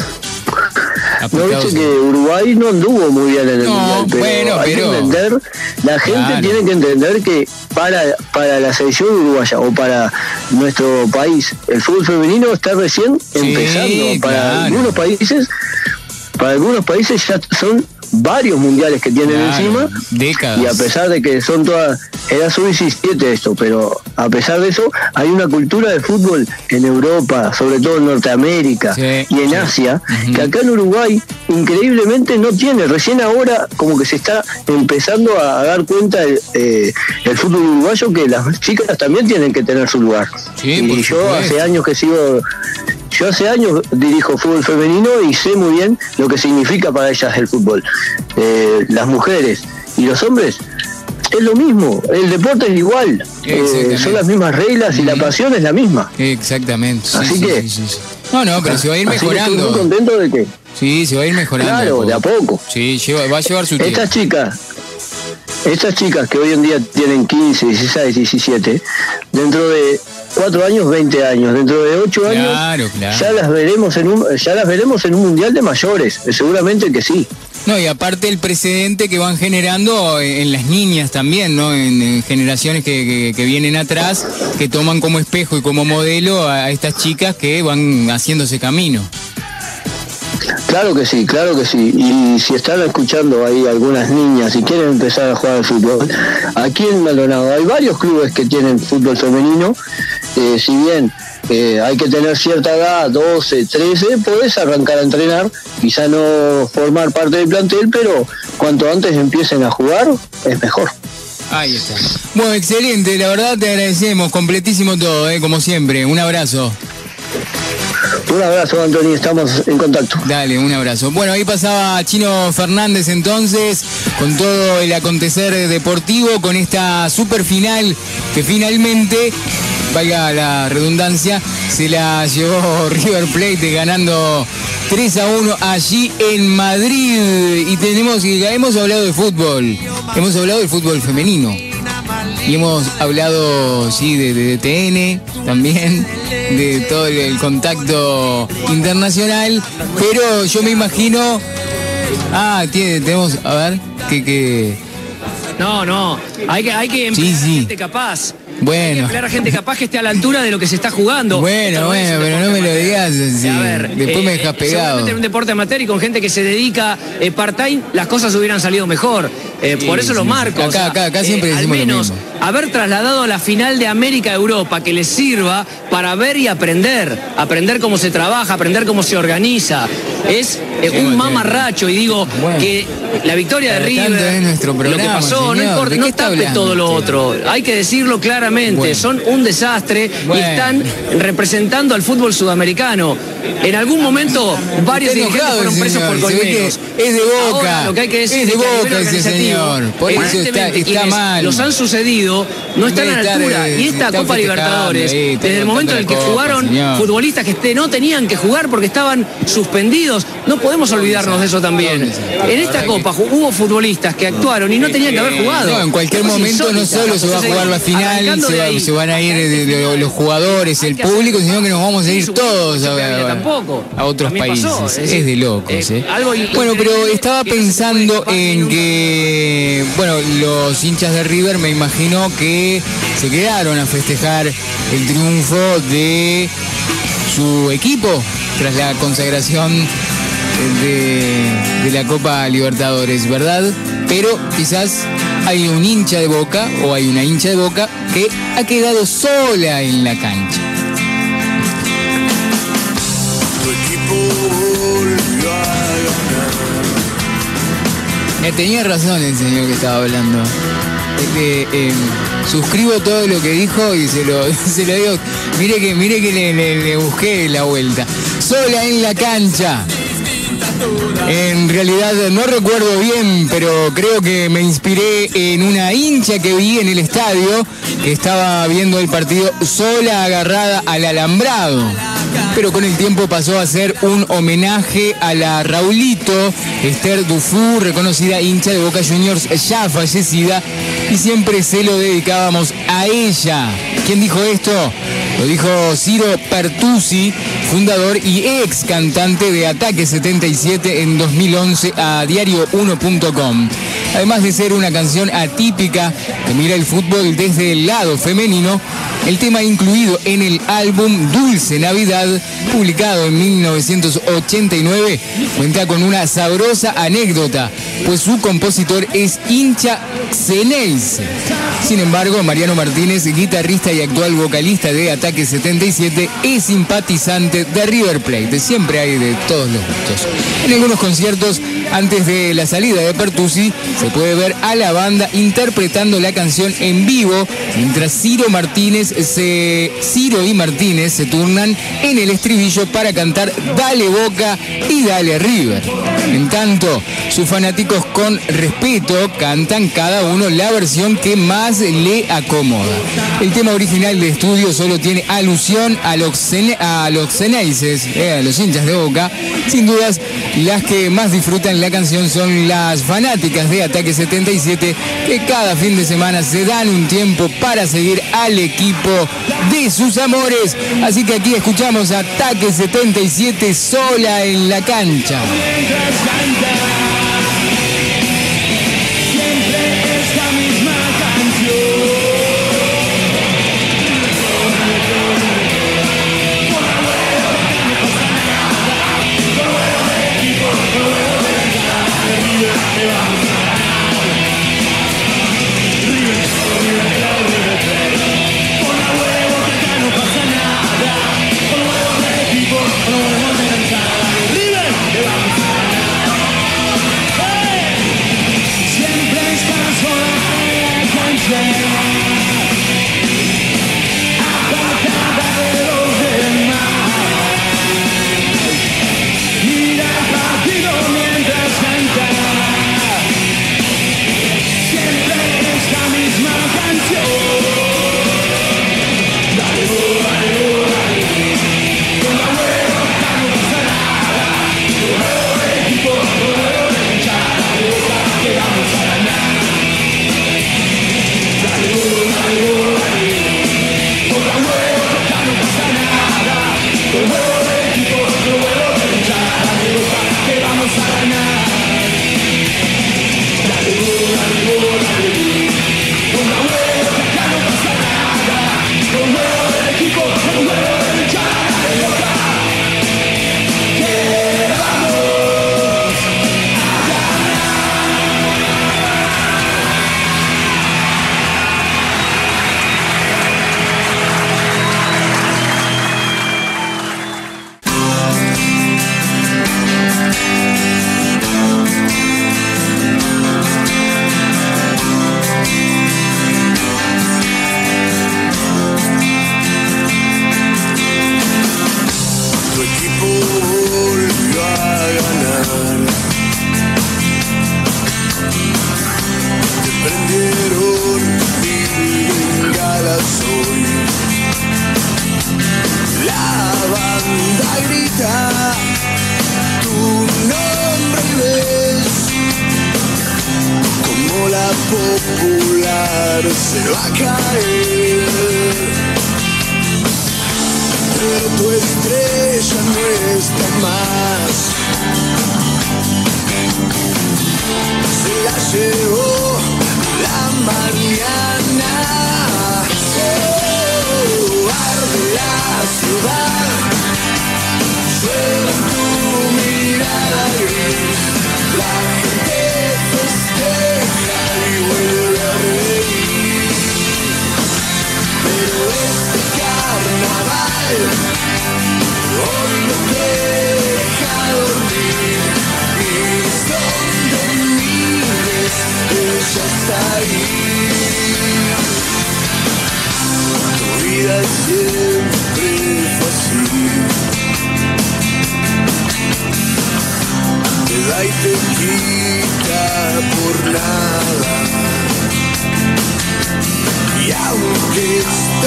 No, viste que Uruguay no anduvo muy bien en el no, Mundial, pero bueno, hay pero... que entender, la gente claro. tiene que entender que para, para la selección uruguaya o para nuestro país, el fútbol femenino está recién sí, empezando. Para claro. algunos países, para algunos países ya son varios mundiales que tienen claro, encima, décadas. Y a pesar de que son todas, era sub diecisiete esto, pero a pesar de eso hay una cultura de fútbol en Europa, sobre todo en Norteamérica sí, y en sí. Asia, uh-huh. que acá en Uruguay increíblemente no tiene. Recién ahora como que se está empezando a dar cuenta el, eh, el fútbol uruguayo, que las chicas también tienen que tener su lugar. Sí, y yo supuesto. hace años que sigo... Yo hace años dirijo fútbol femenino y sé muy bien lo que significa para ellas el fútbol. Eh, las mujeres y los hombres es lo mismo, el deporte es igual, eh, son las mismas reglas y la pasión es la misma. Exactamente. Sí, así sí, que... Sí, sí, sí. No, no, pero se va a ir mejorando. Estoy muy contento de que... Sí, se va a ir mejorando. Claro, de a poco. Sí, lleva, va a llevar su tiempo. Estas chicas, estas chicas que hoy en día tienen quince, dieciséis, diecisiete, dentro de cuatro años, veinte años, dentro de ocho años, claro, claro. ya las veremos en un, ya las veremos en un mundial de mayores, seguramente que sí. No, y aparte el precedente que van generando en las niñas también, ¿no? En, en generaciones que, que, que vienen atrás, que toman como espejo y como modelo a estas chicas que van haciéndose camino. Claro que sí, claro que sí. Y si están escuchando ahí algunas niñas y quieren empezar a jugar al fútbol, aquí en Maldonado hay varios clubes que tienen fútbol femenino. Eh, si bien eh, hay que tener cierta edad, doce, trece, podés arrancar a entrenar, quizá no formar parte del plantel, pero cuanto antes empiecen a jugar, es mejor. Ahí está. Bueno, excelente, la verdad te agradecemos, completísimo todo, ¿eh? Como siempre. Un abrazo. Un abrazo, Anthony, estamos en contacto. Dale, un abrazo. Bueno, ahí pasaba Chino Fernández entonces, con todo el acontecer deportivo, con esta super final que finalmente, valga la redundancia, se la llevó River Plate ganando tres a uno allí en Madrid. Y tenemos, hemos hablado de fútbol, hemos hablado del fútbol femenino. Y hemos hablado, sí, de, de D T N también, de todo el, el contacto internacional, pero yo me imagino... Ah, tiene, tenemos, a ver, que... que... No, no, hay que, hay que emplear sí, sí. gente capaz. Bueno. Hay que emplear a gente capaz que esté a la altura de lo que se está jugando. Bueno, Esto bueno, no pero no me amateur. lo digas así. A ver, después eh, me dejas pegado. Seguramente en un deporte amateur y con gente que se dedica eh, part-time, las cosas hubieran salido mejor. Eh, sí, por eso sí, lo marco. Acá, o sea, acá, acá siempre eh, decimos al menos lo mismo. Haber trasladado a la final de América a Europa, que les sirva para ver y aprender. Aprender cómo se trabaja, aprender cómo se organiza. Es eh, sí, un mamarracho. Y digo bueno, que la victoria de River, es nuestro programa, lo que pasó, señor, no importa, no tape hablando, todo lo tío? otro. Hay que decirlo claramente. Bueno. Son un desastre bueno. y están representando al fútbol sudamericano. En algún momento varios dirigentes fueron presos por colmenos. Es de Boca. Ahora, lo que hay que decir es de Boca ese señor. Por eso está, está mal. Los han sucedido, no están a la altura. Y esta Copa Libertadores, desde el momento en el que jugaron futbolistas que no tenían que jugar porque estaban suspendidos, no podemos olvidarnos de eso también. En esta Copa hubo futbolistas que actuaron y no tenían que haber jugado. No, en cualquier momento no solo se va a jugar la final, se, va, se van a ir de, de, los jugadores, el público, sino que nos vamos a ir todos a, a, a otros países. Es de locos, ¿eh? Bueno, pero estaba pensando en que, bueno, los hinchas de River me imagino que se quedaron a festejar el triunfo de su equipo tras la consagración de, de la Copa Libertadores, ¿verdad? Pero quizás hay un hincha de Boca o hay una hincha de Boca que ha quedado sola en la cancha. Eh, tenía razón el señor que estaba hablando. Eh, eh, suscribo todo lo que dijo y se lo, se lo digo. Mire que, mire que le, le, le busqué la vuelta. Sola en la cancha. En realidad no recuerdo bien, pero creo que me inspiré en una hincha que vi en el estadio que estaba viendo el partido sola agarrada al alambrado. Pero con el tiempo pasó a ser un homenaje a la Raulito, Esther Dufour, reconocida hincha de Boca Juniors ya fallecida, y siempre se lo dedicábamos a ella. ¿Quién dijo esto? Lo dijo Ciro Pertusi, fundador y ex cantante de Ataque setenta y siete en dos mil once a diario uno punto com. Además de ser una canción atípica que mira el fútbol desde el lado femenino, el tema incluido en el álbum Dulce Navidad, publicado en mil novecientos ochenta y nueve, cuenta con una sabrosa anécdota, pues su compositor es hincha xeneize. Sin embargo, Mariano Martínez, guitarrista y actual vocalista de Ataque setenta y siete, es simpatizante de River Plate. Siempre hay de todos los gustos. En algunos conciertos, antes de la salida de Pertusi, se puede ver a la banda interpretando la canción en vivo, mientras Ciro Martínez se, Ciro y Martínez se turnan en el estribillo para cantar Dale Boca y Dale River. En tanto, sus fanáticos con respeto cantan cada uno la versión que más le acomoda. El tema original de estudio solo tiene alusión a los, cene, a los ceneices, eh, a los hinchas de Boca. Sin dudas, las que más disfrutan la canción son las fanáticas de Ataque setenta y siete, que cada fin de semana se dan un tiempo para seguir al equipo de sus amores. Así que aquí escuchamos a Ataque setenta y siete sola en la cancha.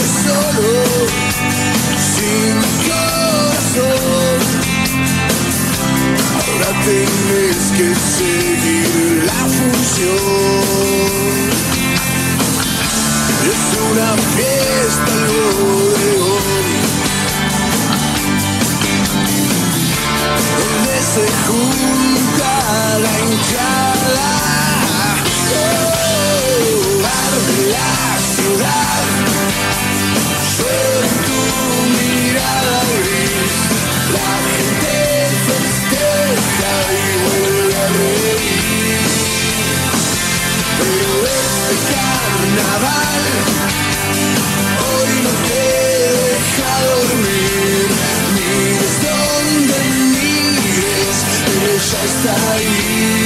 solo, sin corazón. Ahora tenés que seguir la función. Es una fiesta lo de hoy, donde se junta la hinchada. Oh, arde la ciudad, llueve tu mirada gris. La gente festeja y vuelve a reír. Pero este carnaval hoy no te deja dormir. Mires donde mires, ella está ahí.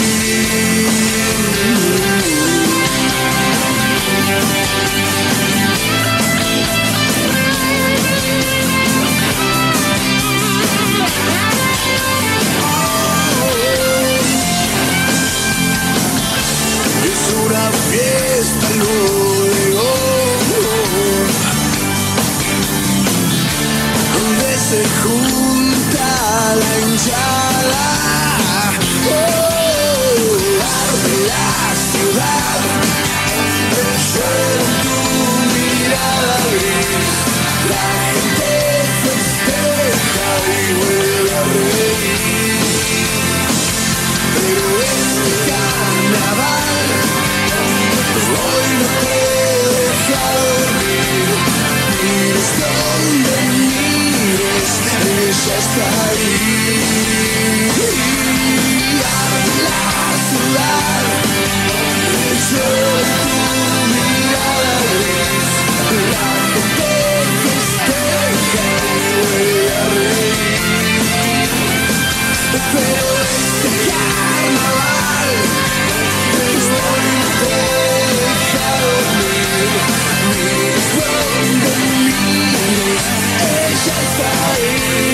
Es una fiesta lo de hoy, donde se junta la hinchada. Oh, arde la ciudad, llueve tu mirada gris. La gente festeja y vuelve a reír. Pero este carnaval hoy no te deja dormir. Mires donde mires, ella está ahí. Arde la ciudad, llueve tu mirada gris. La gente festeja y vuelve a reír. Pero este carnaval hoy no te deja dormir. Mires donde mires, ella está ahí.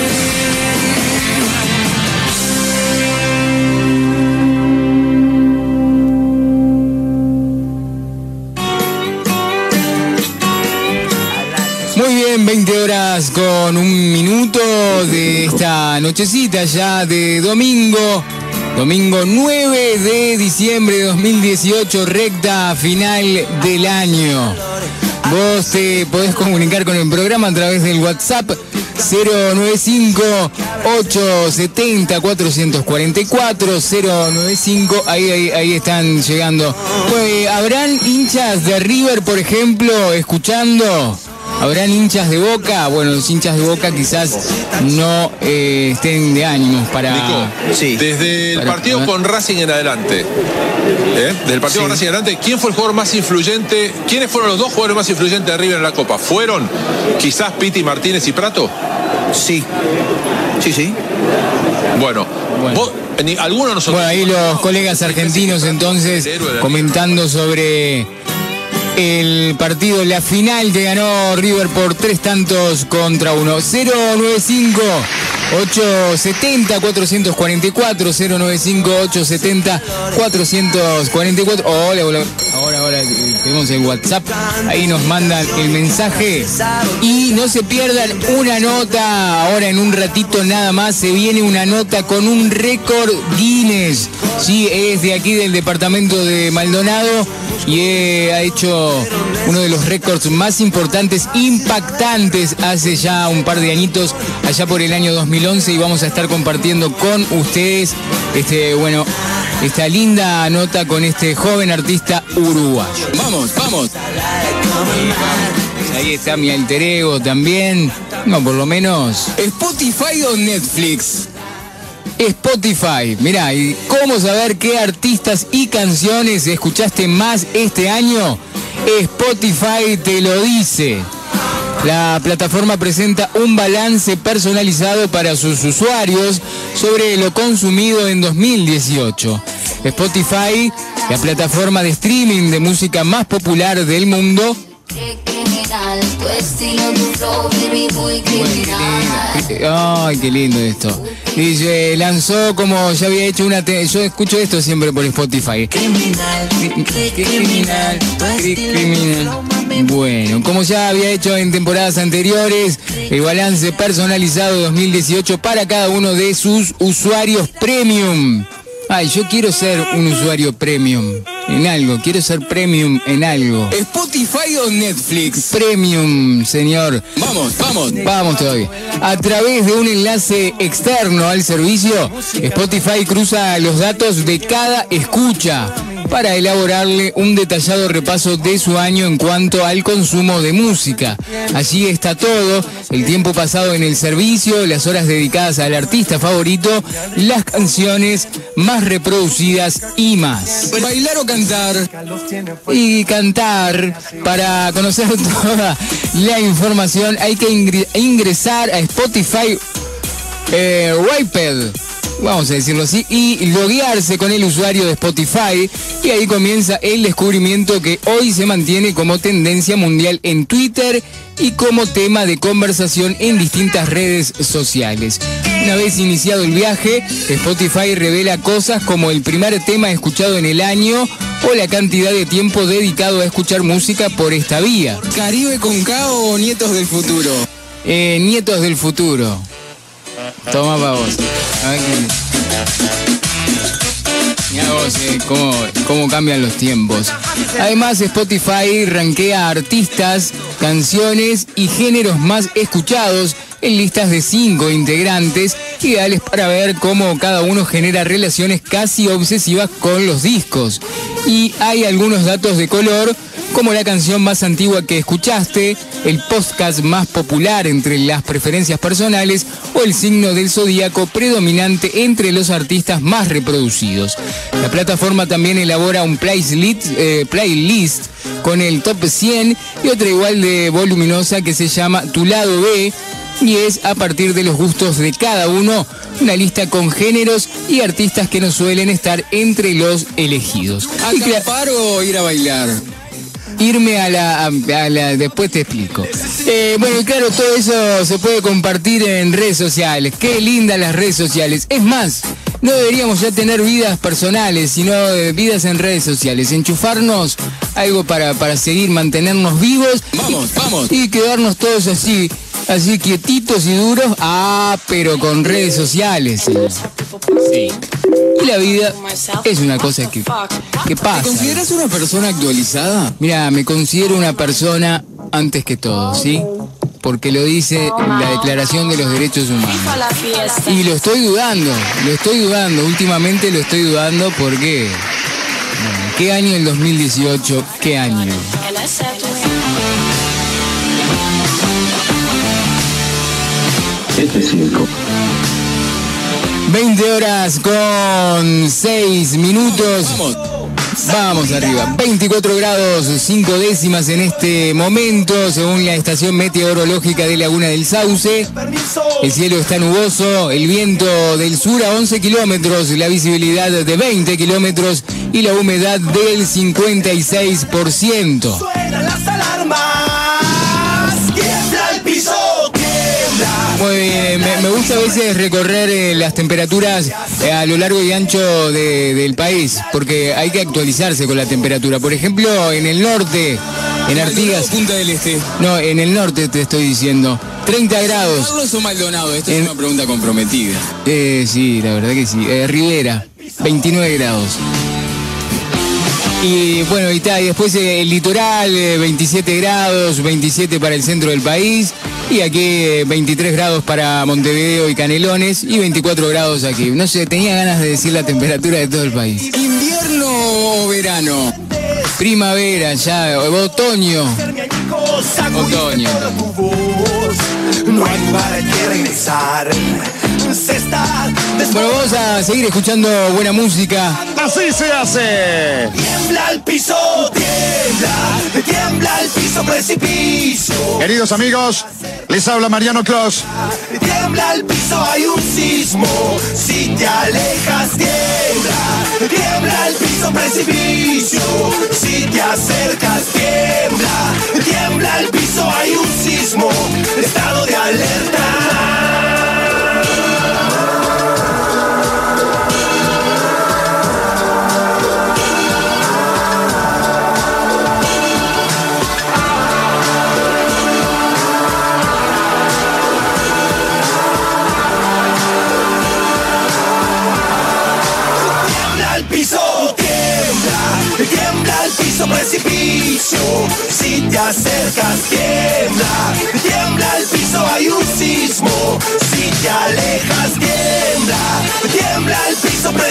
Muy bien, veinte horas con un minuto de esta nochecita ya de domingo. Domingo nueve de diciembre de dos mil dieciocho, recta final del año. Vos te podés comunicar con el programa a través del WhatsApp cero nueve cinco, ocho siete cero, cuatro cuatro cuatro, cero nueve cinco, ahí, ahí, ahí están llegando. Pues, ¿habrán hinchas de River, por ejemplo, escuchando? ¿Habrán hinchas de Boca? Bueno, los hinchas de Boca quizás no eh, estén de ánimos para... Nico, sí. Desde el para, partido para... con Racing en adelante, ¿eh? Desde el partido sí. con Racing en adelante, ¿quién fue el jugador más influyente? ¿Quiénes fueron los dos jugadores más influyentes de River en la Copa? ¿Fueron quizás Piti, Martínez y Prato? Sí, sí, sí. Bueno, bueno. Vos, ¿alguno de nosotros? Bueno, ahí los colegas argentinos entonces comentando sobre el partido, la final que ganó River por tres tantos contra uno. cero nueve cinco, ocho siete cero, cuatro cuatro cuatro, cero nueve cinco, ocho siete cero, cuatro cuatro cuatro. Hola, hola. Ahora, ahora tenemos el WhatsApp. Ahí nos mandan el mensaje. Y no se pierdan una nota. Ahora en un ratito nada más se viene una nota con un récord Guinness. Sí, es de aquí del departamento de Maldonado y he, ha hecho uno de los récords más importantes, impactantes, hace ya un par de añitos, allá por el año dos mil once, y vamos a estar compartiendo con ustedes este, bueno, esta linda nota con este joven artista uruguayo. Vamos, vamos. Ahí está mi alter ego también. No, por lo menos Spotify o Netflix. Spotify, mirá, ¿y cómo saber qué artistas y canciones escuchaste más este año? Spotify te lo dice. La plataforma presenta un balance personalizado para sus usuarios sobre lo consumido en dos mil dieciocho. Spotify, la plataforma de streaming de música más popular del mundo, Ay, qué lindo esto. Dice, lanzó como ya había hecho una... Te Yo escucho esto siempre por Spotify. Criminal, criminal, criminal. Bueno, como ya había hecho en temporadas anteriores, el balance personalizado de dos mil dieciocho para cada uno de sus usuarios premium. Ay, yo quiero ser un usuario premium en algo, quiero ser premium en algo. ¿Spotify o Netflix? Premium, señor. Vamos, vamos. Vamos todavía. A través de un enlace externo al servicio, Spotify cruza los datos de cada escucha para elaborarle un detallado repaso de su año en cuanto al consumo de música. Allí está todo, el tiempo pasado en el servicio, las horas dedicadas al artista favorito, las canciones más reproducidas y más. ¿Bailar o cantar? Y cantar, para conocer toda la información hay que ingresar a Spotify eh, Wrapped, vamos a decirlo así, y loguearse con el usuario de Spotify, y ahí comienza el descubrimiento que hoy se mantiene como tendencia mundial en Twitter y como tema de conversación en distintas redes sociales. Una vez iniciado el viaje, Spotify revela cosas como el primer tema escuchado en el año o la cantidad de tiempo dedicado a escuchar música por esta vía. ¿Caribe con K o Nietos del Futuro? Eh, Nietos del Futuro. Toma para vos. A ver qué... Mirá vos, eh, cómo, cómo cambian los tiempos. Además, Spotify rankea artistas, canciones y géneros más escuchados en listas de cinco integrantes, ideales para ver cómo cada uno genera relaciones casi obsesivas con los discos. Y hay algunos datos de color, como la canción más antigua que escuchaste, el podcast más popular entre las preferencias personales o el signo del zodíaco predominante entre los artistas más reproducidos. La plataforma también elabora un playlist, eh, playlist con el top cien y otra igual de voluminosa que se llama Tu Lado B, y es a partir de los gustos de cada uno, una lista con géneros y artistas que no suelen estar entre los elegidos. ¿Acampar o ir a bailar? Irme a la, a, a la... Después te explico. Eh, bueno, y claro, todo eso se puede compartir en redes sociales. Qué lindas las redes sociales. Es más, no deberíamos ya tener vidas personales, sino eh, vidas en redes sociales. Enchufarnos algo para, para seguir, mantenernos vivos. Vamos, y, vamos. Y quedarnos todos así, así quietitos y duros. Ah, pero con redes sociales. Sí. Y la vida es una cosa que, que pasa. ¿Te consideras una persona actualizada? Mira, me considero una persona antes que todo, ¿sí? Porque lo dice la Declaración de los Derechos Humanos. Y lo estoy dudando, lo estoy dudando, últimamente lo estoy dudando porque... Bueno, ¿qué año el dos mil dieciocho? ¿Qué año? Este cinco. veinte horas con seis minutos. Vamos. Vamos arriba. veinticuatro grados cinco décimas en este momento, según la estación meteorológica de Laguna del Sauce. El cielo está nuboso, el viento del sur a once kilómetros, la visibilidad de veinte kilómetros y la humedad del cincuenta y seis por ciento. Suenan las alarmas, tiembla el piso, tiembla. Muy bien, me, me gusta a veces recorrer eh, las temperaturas eh, a lo largo y ancho de, del país, porque hay que actualizarse con la temperatura. Por ejemplo, en el norte, en Artigas... Punta del Este. No, en el norte te estoy diciendo, treinta grados. ¿Carlos o Maldonado? Esta En- es una pregunta comprometida. Eh, sí, la verdad que sí. Eh, Rivera, veintinueve grados. Y bueno, y, ta, y después eh, el litoral, eh, veintisiete grados, veintisiete para el centro del país. Y aquí eh, veintitrés grados para Montevideo y Canelones y veinticuatro grados aquí. No sé, tenía ganas de decir la temperatura de todo el país. ¿Invierno o verano? Primavera, ya, otoño. Otoño. No hay para qué regresar. Se está Bueno, vamos a seguir escuchando buena música. Así se hace. Tiembla el piso, tiembla, tiembla el piso, precipicio. Queridos amigos, les habla Mariano Clos. Tiembla el piso, hay un sismo. Si te alejas, tiembla, tiembla el piso, precipicio. Si te acercas, tiembla, tiembla el piso, hay un sismo.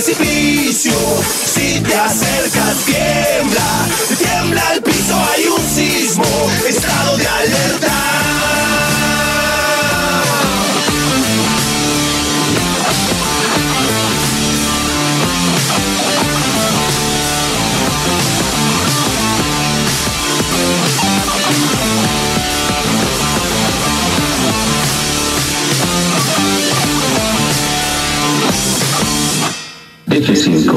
precipicio. Si te acercas tiembla, tiembla el piso, hay un sismo, estado de alerta. F cinco.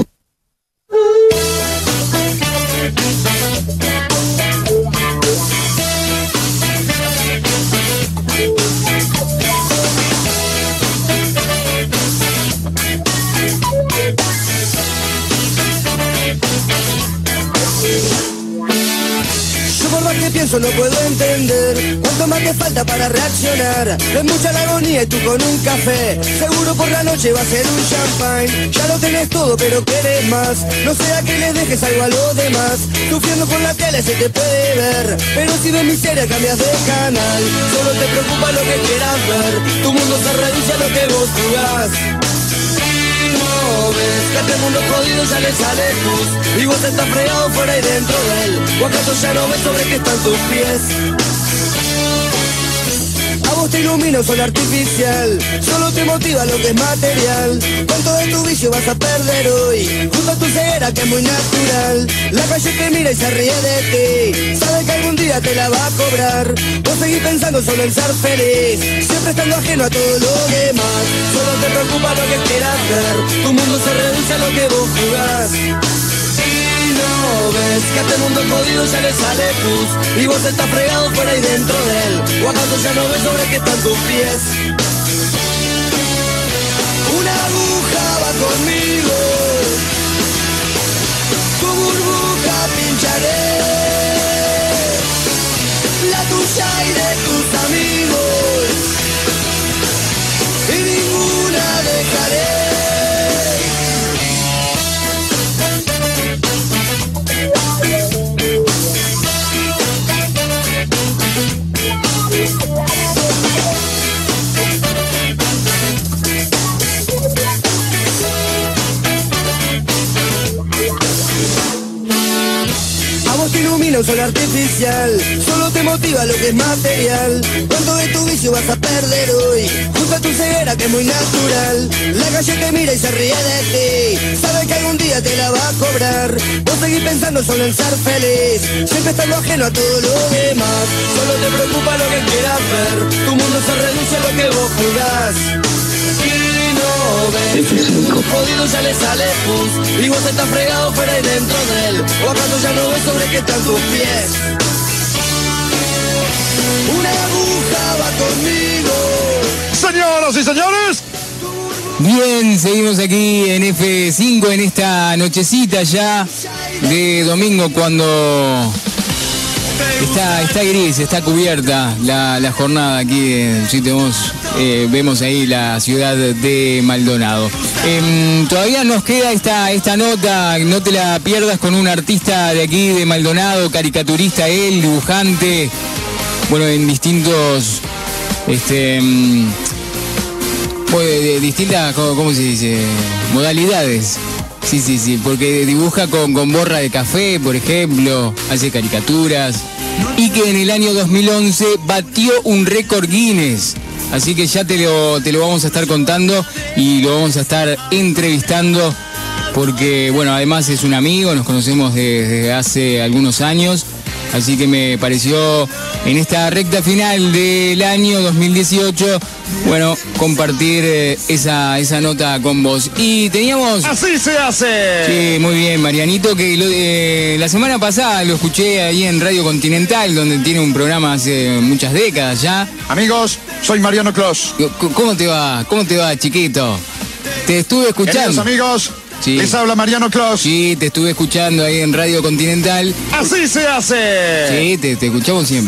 Pienso, no puedo entender cuánto más te falta para reaccionar. Es mucha la agonía y tú con un café. Seguro por la noche va a ser un champagne. Ya lo tenés todo pero querés más. No sea que les dejes algo a los demás. Sufriendo con la tele se te puede ver, pero si ves miseria cambias de canal. Solo te preocupa lo que quieras ver. Tu mundo se reduce a lo que vos jugás. Ves que a este mundo jodido ya le sale luz y vos estás fregado fuera y dentro de él. ¿O acaso ya no ves sobre qué están tus pies? A vos te ilumina un sol artificial, solo te motiva lo que es material. ¿Cuánto de tu vicio vas a perder hoy? Junto a tu ceguera que es muy natural. La calle te mira y se ríe de ti, sabe que algún día te la va a cobrar. Vos seguís pensando solo en ser feliz, siempre estando ajeno a todo lo demás. Solo te preocupa lo que quieras ver, tu mundo se reduce a lo que vos jugás. No ves que a este mundo jodido ya le sale luz y vos estás fregado fuera y dentro de él. ¿O acaso ya no ves sobre qué están tus pies? Una aguja va conmigo, tu burbuja pincharé, la tuya y de tus amigos, y ninguna dejaré. Te ilumina un sol artificial, solo te motiva lo que es material. ¿Cuánto de tu vicio vas a perder hoy? Junto a tu ceguera que es muy natural. La calle te mira y se ríe de ti, sabe que algún día te la va a cobrar. Vos seguís pensando solo en ser feliz, siempre estando ajeno a todo lo demás. Solo te preocupa lo que quieras ver, tu mundo se reduce a lo que vos jugás. Jodido ya le sale pus y vos estás fregado fuera y dentro de él. O acaso ya no ves sobre qué están tus pies. Una aguja va conmigo. Señoras y señores, bien, seguimos aquí en F cinco en esta nochecita ya de domingo cuando está, está gris, está cubierta la, la jornada aquí en Si tenemos, eh, vemos ahí la ciudad de Maldonado. Eh, todavía nos queda esta, esta nota, no te la pierdas, con un artista de aquí de Maldonado, caricaturista él, dibujante, bueno, en distintos, este, pues, de distintas, ¿cómo se dice? Modalidades. Sí, sí, sí, porque dibuja con, con borra de café, por ejemplo, hace caricaturas, y que en el año dos mil once batió un récord Guinness. Así que ya te lo, te lo vamos a estar contando y lo vamos a estar entrevistando porque, bueno, además es un amigo, nos conocemos desde hace algunos años. Así que me pareció en esta recta final del año dos mil dieciocho, bueno, compartir eh, esa, esa nota con vos. Y teníamos... ¡Así se hace! Sí, muy bien, Marianito, que lo, eh, la semana pasada lo escuché ahí en Radio Continental, donde tiene un programa hace muchas décadas ya. Amigos, soy Mariano Clos. ¿Cómo te va? ¿Cómo te va, chiquito? Te estuve escuchando. Queridos amigos, sí. Les habla Mariano Clos. Sí, te estuve escuchando ahí en Radio Continental. ¡Así se hace! Sí, te, te escuchamos siempre.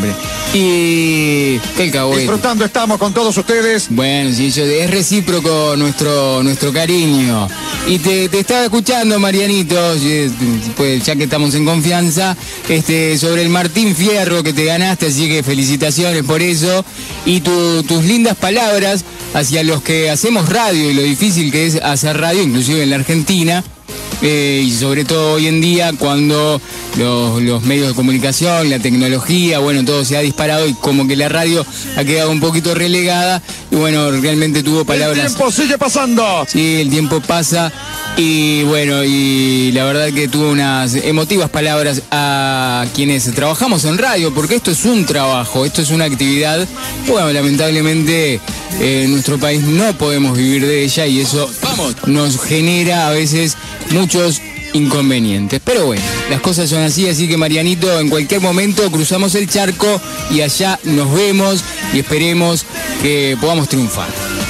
Y qué alcahuete. Disfrutando estamos con todos ustedes. Bueno, sí, yo, es recíproco nuestro nuestro cariño. Y te, te estaba escuchando, Marianito, pues ya que estamos en confianza, este, sobre el Martín Fierro que te ganaste, así que felicitaciones por eso. Y tu, tus lindas palabras hacia los que hacemos radio y lo difícil que es hacer radio, inclusive en la Argentina. Eh, y sobre todo hoy en día cuando los, los medios de comunicación, la tecnología, bueno, todo se ha disparado y como que la radio ha quedado un poquito relegada y bueno, realmente tuvo palabras... El tiempo sigue pasando. Sí, el tiempo pasa y bueno, y la verdad que tuvo unas emotivas palabras a quienes trabajamos en radio, porque esto es un trabajo, esto es una actividad, bueno, lamentablemente eh, en nuestro país no podemos vivir de ella y eso, vamos, nos genera a veces muchos inconvenientes. Pero bueno, las cosas son así, así que Marianito, en cualquier momento cruzamos el charco y allá nos vemos y esperemos que podamos triunfar.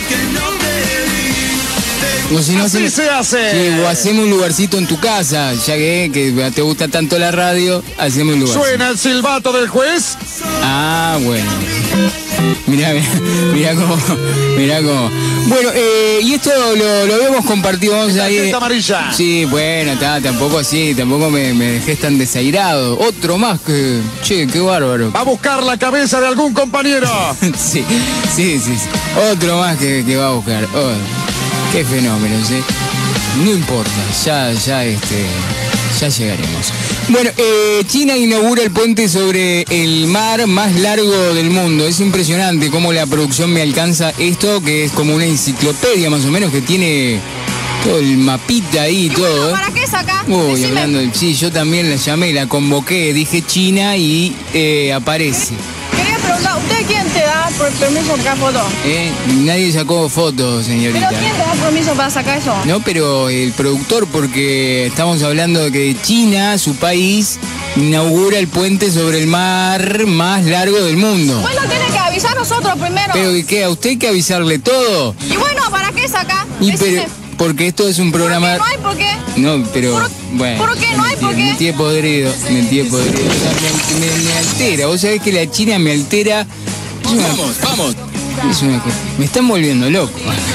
O si no, así hacemos, se hace. Sí, o hacemos un lugarcito en tu casa, ya que, que te gusta tanto la radio, hacemos un lugar. ¿Suena el silbato del juez? Ah, bueno. Mirá, mirá, mirá cómo, mirá cómo. Bueno, eh, y esto lo, lo habíamos compartido, vamos a ir. Amarilla. Sí, bueno, ta, tampoco así, tampoco me, me dejé tan desairado. Otro más que, che, qué bárbaro. Va a buscar la cabeza de algún compañero. sí, sí, sí, sí. Otro más que, que va a buscar. Oh, qué fenómeno, ¿sí? No importa, ya, ya, este, ya llegaremos. Bueno, eh, China inaugura el puente sobre el mar más largo del mundo. Es impresionante cómo la producción me alcanza esto, que es como una enciclopedia más o menos, que tiene todo el mapita ahí y todo. Bueno, ¿para qué es acá? Uy, hablando del... Sí, yo también la llamé, la convoqué, dije China y eh, aparece. Quería preguntar, ¿usted quién te da por permiso para sacar fotos? Eh, nadie sacó fotos, señorita. ¿Pero quién te da permiso para sacar eso? No, pero el productor, porque estamos hablando de que China, su país, inaugura el puente sobre el mar más largo del mundo. Bueno, tiene que avisar a nosotros primero. ¿Pero y qué? ¿A usted hay que avisarle todo? Y bueno, ¿para qué es acá? Y pero, porque esto es un programa... ¿Por qué no hay por qué? No, pero... ¿Por, bueno, ¿por qué no hay por qué? Me tiene podrido, me tiene podrido. Me, me, me altera, vos sabés que la China me altera... Una, vamos, vamos. Es una, me están volviendo loco.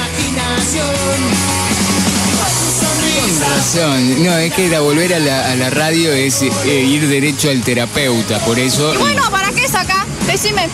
Con razón. No, es que la volver a la, a la radio es eh, ir derecho al terapeuta, por eso... Y bueno, ¿para qué es acá? Decime.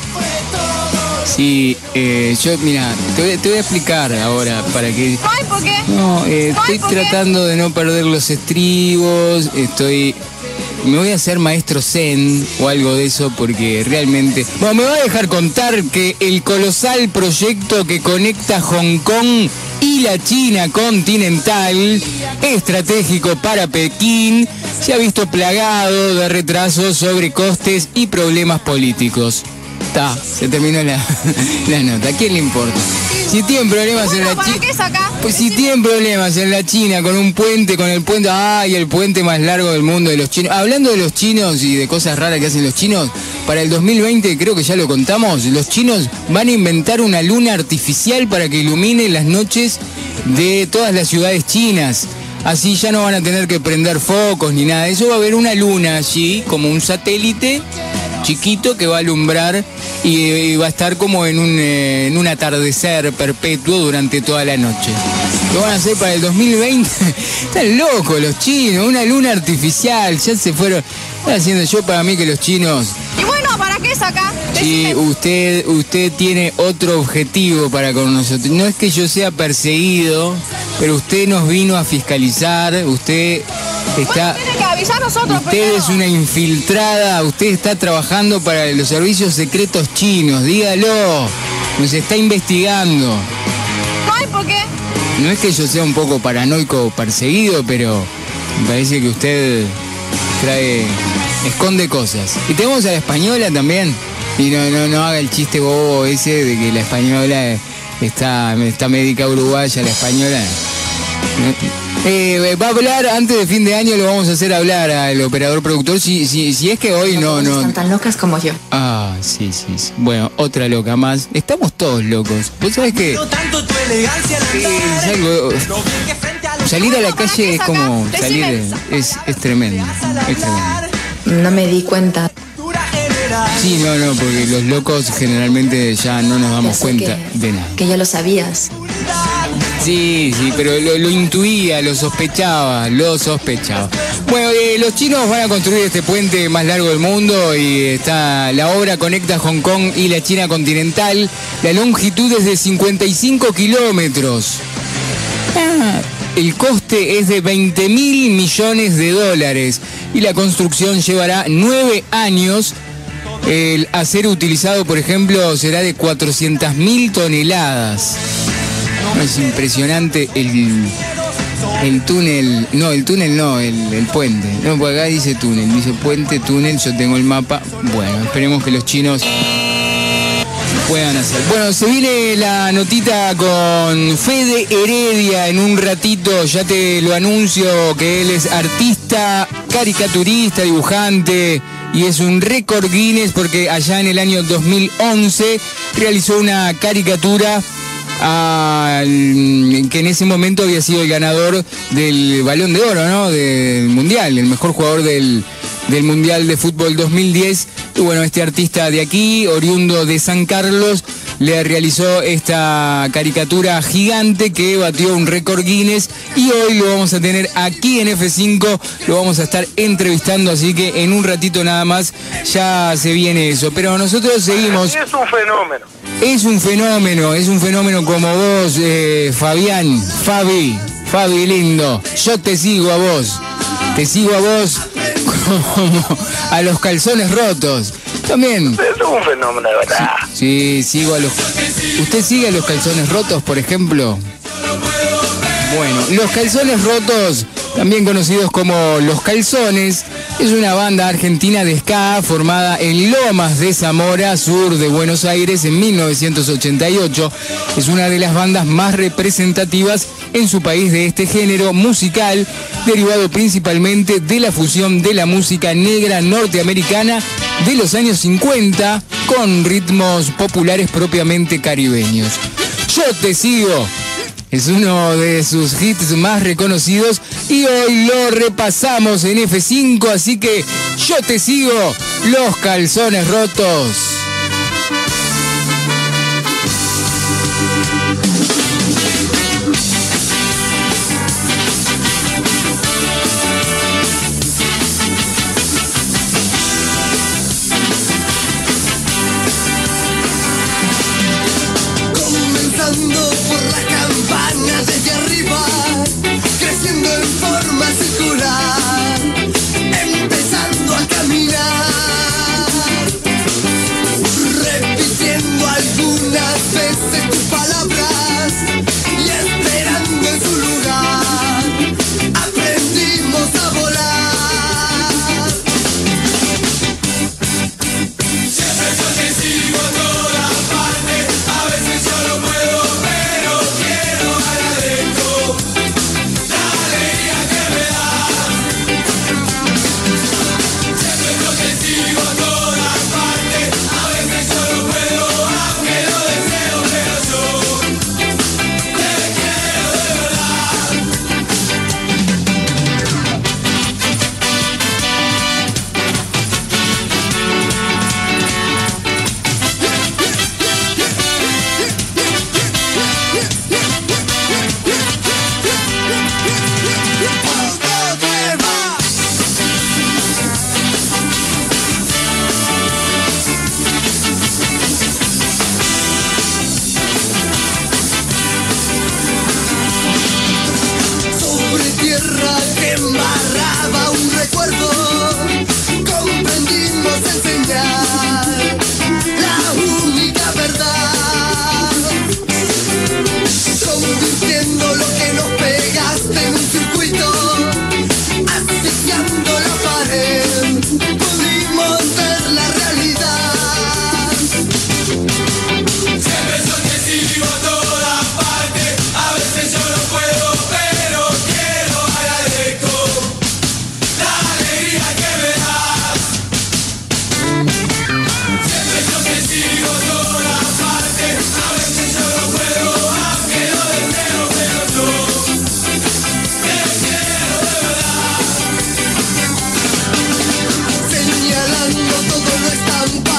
Sí, eh, yo, mira, te voy, te voy a explicar ahora para que... No hay por qué. No, eh, no estoy tratando de no perder los estribos, estoy... Me voy a hacer maestro zen o algo de eso porque realmente... Bueno, me voy a dejar contar que el colosal proyecto que conecta Hong Kong y la China continental, estratégico para Pekín, se ha visto plagado de retrasos, sobrecostes y problemas políticos. Ta, se terminó la, la nota. ¿A quién le importa? Si tienen problemas bueno, en la ¿para China. qué es acá? Pues si tienen problemas en la China con un puente, con el puente, ay, el puente más largo del mundo de los chinos. Hablando de los chinos y de cosas raras que hacen los chinos, para el dos mil veinte, creo que ya lo contamos, los chinos van a inventar una luna artificial para que ilumine las noches de todas las ciudades chinas. Así ya no van a tener que prender focos ni nada. Eso va a haber una luna allí, como un satélite chiquito que va a alumbrar y, y va a estar como en un, eh, en un atardecer perpetuo durante toda la noche. Lo van a hacer para el dos mil veinte. Están locos los chinos, una luna artificial, ya se fueron. Están haciendo yo para mí que los chinos... Y bueno, ¿para qué es acá? Sí, usted, usted tiene otro objetivo para con nosotros. No es que yo sea perseguido, pero usted nos vino a fiscalizar, usted está... Bueno, tiene que avisar a nosotros Usted primero. es una infiltrada, usted está trabajando para los servicios secretos chinos, dígalo, nos está investigando. No hay por qué. No es que yo sea un poco paranoico o perseguido, pero me parece que usted trae, esconde cosas. Y tenemos a la española también. Y no, no, no haga el chiste bobo ese de que la española está, está médica uruguaya, la española. Eh, va a hablar antes de fin de año, lo vamos a hacer hablar al operador productor. Si, si, si es que hoy no, no. Están tan locas como yo. Ah, sí, sí, sí. Bueno, otra loca más. Estamos todos locos. ¿Vos sabés que? Sí, es algo... Salir a la calle es como salir, es, es tremendo, es tremendo. No me di cuenta. Sí, no, no, porque los locos generalmente ya no nos damos cuenta que, de nada. Que ya lo sabías. Sí, sí, pero lo, lo intuía, lo sospechaba, lo sospechaba. Bueno, eh, los chinos van a construir este puente más largo del mundo y está la obra conecta Hong Kong y la China continental. La longitud es de cincuenta y cinco kilómetros. Ah, el coste es de veinte mil millones de dólares y la construcción llevará nueve años. El acero utilizado, por ejemplo, será de cuatrocientas mil toneladas. No, es impresionante el, el túnel, no, el túnel no, el, el puente. No, porque acá dice túnel, dice puente, túnel, yo tengo el mapa. Bueno, esperemos que los chinos puedan hacer. Bueno, se viene la notita con Fede Heredia en un ratito, ya te lo anuncio, que él es artista, caricaturista, dibujante, y es un récord Guinness porque allá en el año dos mil once realizó una caricatura al, que en ese momento había sido el ganador del Balón de Oro, ¿no? Del Mundial, el mejor jugador del, del Mundial de Fútbol dos mil diez. Y bueno, este artista de aquí, oriundo de San Carlos, le realizó esta caricatura gigante que batió un récord Guinness y hoy lo vamos a tener aquí en F cinco, lo vamos a estar entrevistando, así que en un ratito nada más ya se viene eso. Pero nosotros seguimos. Es un fenómeno. Es un fenómeno, es un fenómeno como vos, eh, Fabián, Fabi, Fabi lindo. Yo te sigo a vos, te sigo a vos como a los calzones rotos. También. Es un fenómeno, de verdad. Sí, sí, sigo a los... ¿Usted sigue a los calzones rotos, por ejemplo? Bueno, los calzones rotos, también conocidos como Los Calzones, es una banda argentina de ska formada en Lomas de Zamora, sur de Buenos Aires, en mil novecientos ochenta y ocho. Es una de las bandas más representativas en su país de este género musical, derivado principalmente de la fusión de la música negra norteamericana de los años cincuenta con ritmos populares propiamente caribeños. Yo te sigo. Es uno de sus hits más reconocidos y hoy lo repasamos en F cinco, así que yo te sigo, Los Calzones Rotos. Señalando todo lo estampado.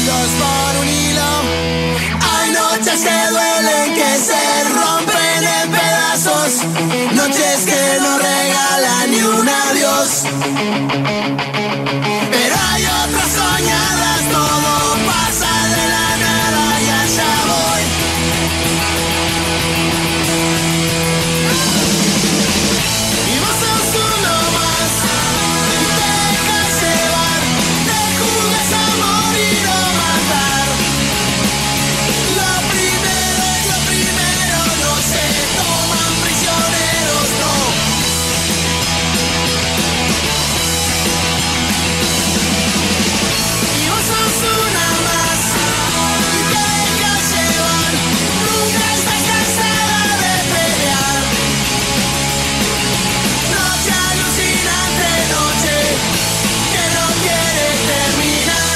unidos por un hilo. Hay noches que duelen, que se rompen en pedazos, noches que no regalan ni un adiós. Pero hay otras soñadas, todo pasa de la nada y allá voy. Y vos sos uno más, te dejas llevar, te juzgas a morir o matar. Lo primero es lo primero, no se toman prisioneros, no. Y vos sos una más, te dejas llevar, nunca estás cansada de pelear. Noche alucinante, noche que no quiere terminar.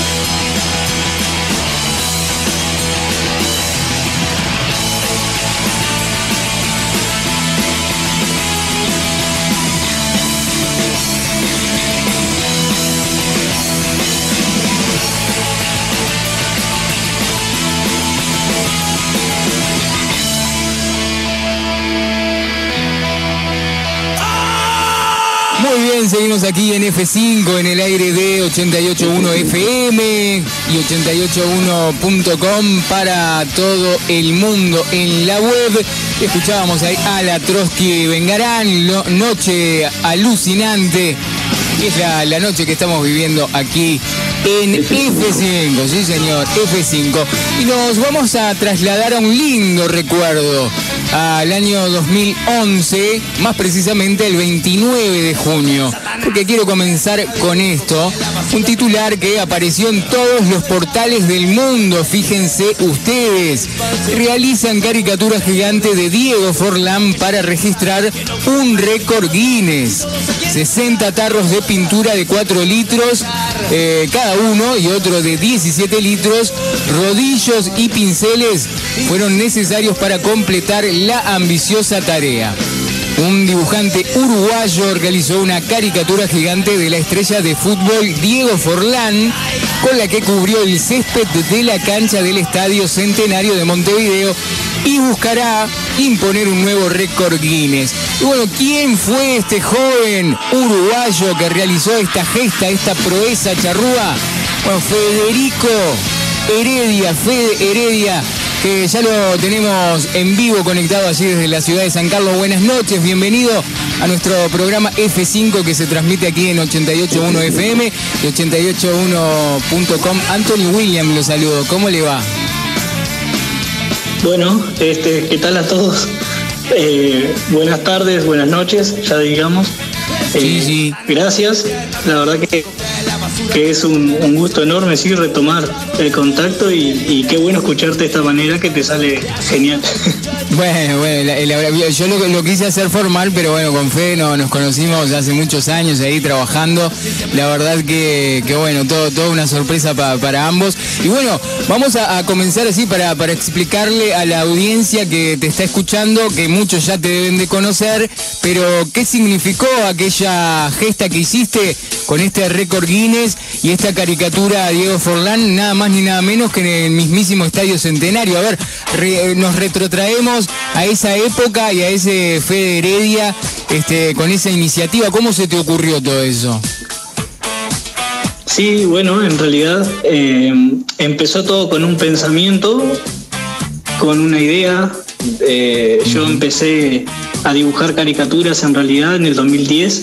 Muy bien, seguimos aquí en F cinco, en el aire de ochenta y ocho punto uno F M y ochenta y ocho uno punto com para todo el mundo en la web. Escuchábamos ahí a la Trotsky Vengarán, lo- Noche Alucinante, que es la, la noche que estamos viviendo aquí en F cinco, sí señor, F cinco. Y nos vamos a trasladar a un lindo recuerdo, al año dos mil once, más precisamente el veintinueve de junio, porque quiero comenzar con esto, un titular que apareció en todos los portales del mundo. Fíjense ustedes, realizan caricatura gigante de Diego Forlán para registrar un récord Guinness. sesenta tarros de pintura de cuatro litros eh, cada uno y otro de diecisiete litros, rodillos y pinceles fueron necesarios para completar la ambiciosa tarea. Un dibujante uruguayo realizó una caricatura gigante de la estrella de fútbol Diego Forlán, con la que cubrió el césped de la cancha del Estadio Centenario de Montevideo y buscará imponer un nuevo récord Guinness. Y bueno, ¿quién fue este joven uruguayo que realizó esta gesta, esta proeza charrúa? Bueno, Federico Heredia, Fede Heredia, que ya lo tenemos en vivo conectado allí desde la ciudad de San Carlos. Buenas noches, bienvenido a nuestro programa F cinco que se transmite aquí en ochenta y ocho punto uno F M y ochenta y ocho uno punto com. Anthony William lo saludo, ¿cómo le va? Bueno, este, ¿qué tal a todos? Eh, buenas tardes, buenas noches, ya digamos. Eh, sí, sí. Gracias, la verdad que, que es un, un gusto enorme, sí, retomar el contacto y, y qué bueno escucharte de esta manera que te sale genial. Bueno, bueno, la, la, yo lo, lo quise hacer formal, pero bueno, con Fede no, nos conocimos hace muchos años ahí trabajando. La verdad que, que bueno, todo, toda una sorpresa pa, para ambos. Y bueno, vamos a, a comenzar así para, para explicarle a la audiencia que te está escuchando, que muchos ya te deben de conocer, pero ¿qué significó aquella gesta que hiciste con este récord Guinness y esta caricatura a Diego Forlán, nada más ni nada menos que en el mismísimo Estadio Centenario? A ver, re, nos retrotraemos a esa época y a ese Fede Heredia este, con esa iniciativa. ¿Cómo se te ocurrió todo eso? Sí, bueno, en realidad eh, empezó todo con un pensamiento, con una idea. Eh, yo empecé a dibujar caricaturas en realidad en el dos mil diez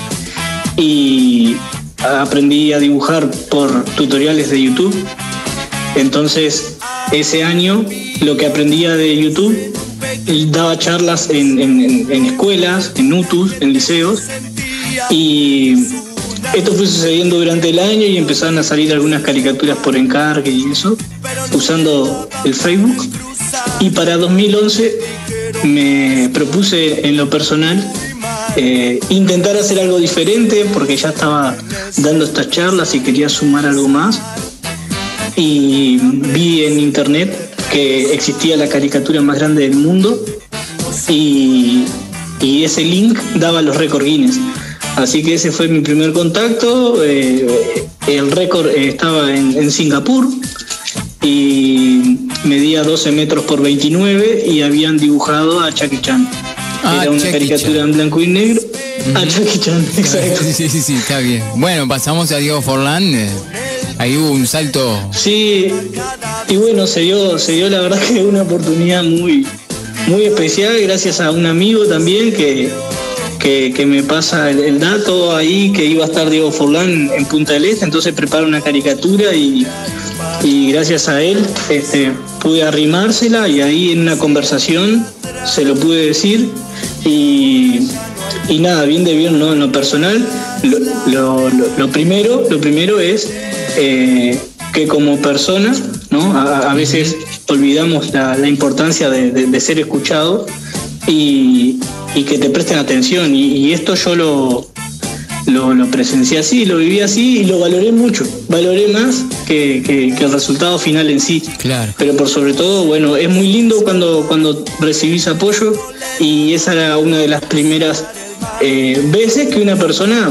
y aprendí a dibujar por tutoriales de YouTube. Entonces, ese año lo que aprendía de YouTube, daba charlas en, en, en escuelas, en U T Us, en liceos, y esto fue sucediendo durante el año y empezaron a salir algunas caricaturas por encargo y eso, usando el Facebook. Y para dos mil once me propuse en lo personal eh, intentar hacer algo diferente, porque ya estaba dando estas charlas y quería sumar algo más. Y vi en internet que existía la caricatura más grande del mundo y, y ese link daba los récord Guinness. Así que ese fue mi primer contacto. Eh, el récord eh, estaba en, en Singapur y medía doce metros por veintinueve y habían dibujado a Jackie Chan. Ah, Era una Jackie caricatura Chan. en blanco y negro. Ujú. A Jackie Chan, exacto. Sí, sí, sí, sí, está bien. Bueno, pasamos a Diego Forlán. eh, Ahí hubo un salto. Sí, y bueno, se dio, se dio la verdad que una oportunidad muy, muy especial, gracias a un amigo también que, que, que me pasa el, el dato ahí que iba a estar Diego Forlán en Punta del Este, entonces prepara una caricatura y, y gracias a él este, pude arrimársela y ahí en una conversación se lo pude decir y, y nada, bien de bien, ¿no? En lo personal, lo, lo, lo, lo primero, lo primero es eh, que como persona, ¿no? A, a veces olvidamos la, la importancia de, de, de ser escuchado y, y que te presten atención. Y, y esto yo lo, lo, lo presencié así, lo viví así y lo valoré mucho. Valoré más que, que, que el resultado final en sí. Claro. Pero por sobre todo, bueno, es muy lindo cuando, cuando recibís apoyo y esa era una de las primeras eh, veces que una persona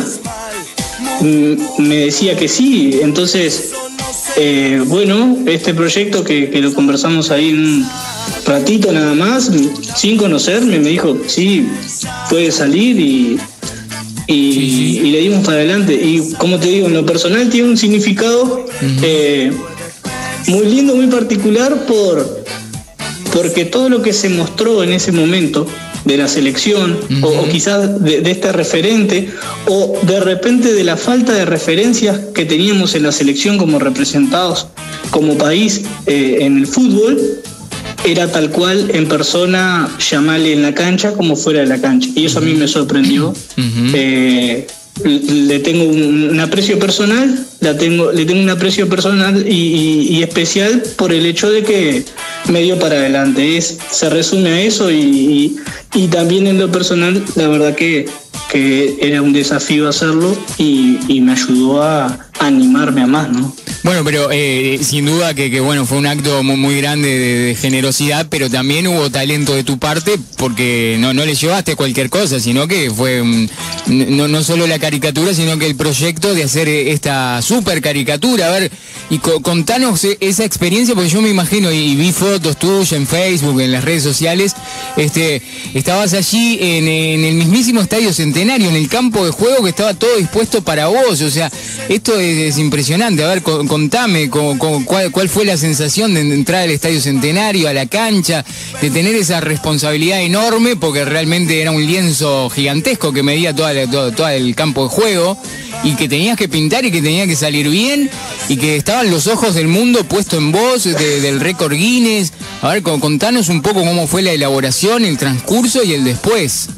me decía que sí. Entonces, eh, bueno, este proyecto que, que lo conversamos ahí en un ratito nada más, sin conocerme, me dijo, sí, puede salir y, y, sí, sí. y le dimos para adelante. Y como te digo, en lo personal tiene un significado uh-huh. eh, muy lindo, muy particular, por porque todo lo que se mostró en ese momento de la selección, uh-huh. o, o quizás de, de este referente, o de repente de la falta de referencias que teníamos en la selección como representados como país eh, en el fútbol, era tal cual en persona, llamarle en la cancha como fuera de la cancha. Y eso a mí me sorprendió. Uh-huh. Eh, le tengo un, un aprecio personal, la tengo, le tengo un aprecio personal y, y, y especial por el hecho de que me dio para adelante. Es, se resume a eso y, y, y también en lo personal, la verdad que, que era un desafío hacerlo y, y me ayudó a, a animarme a más, ¿no? Bueno, pero eh, sin duda que, que bueno, fue un acto muy, muy grande de, de generosidad, pero también hubo talento de tu parte porque no, no le llevaste cualquier cosa, sino que fue um, no, no solo la caricatura, sino que el proyecto de hacer esta super caricatura. A ver, y co contanos esa experiencia, porque yo me imagino, y, y vi fotos tuyas en Facebook, en las redes sociales, este, estabas allí en, en el mismísimo Estadio Centenario, en el campo de juego que estaba todo dispuesto para vos. O sea, esto es, es impresionante. A ver, con, contame con, con, cuál, cuál fue la sensación de entrar al Estadio Centenario, a la cancha, de tener esa responsabilidad enorme, porque realmente era un lienzo gigantesco que medía toda la, todo, todo el campo de juego, y que tenías que pintar y que tenía que salir bien, y que estaban los ojos del mundo puestos en vos, de, del récord Guinness. A ver, contanos un poco cómo fue la elaboración, el transcurso y el después.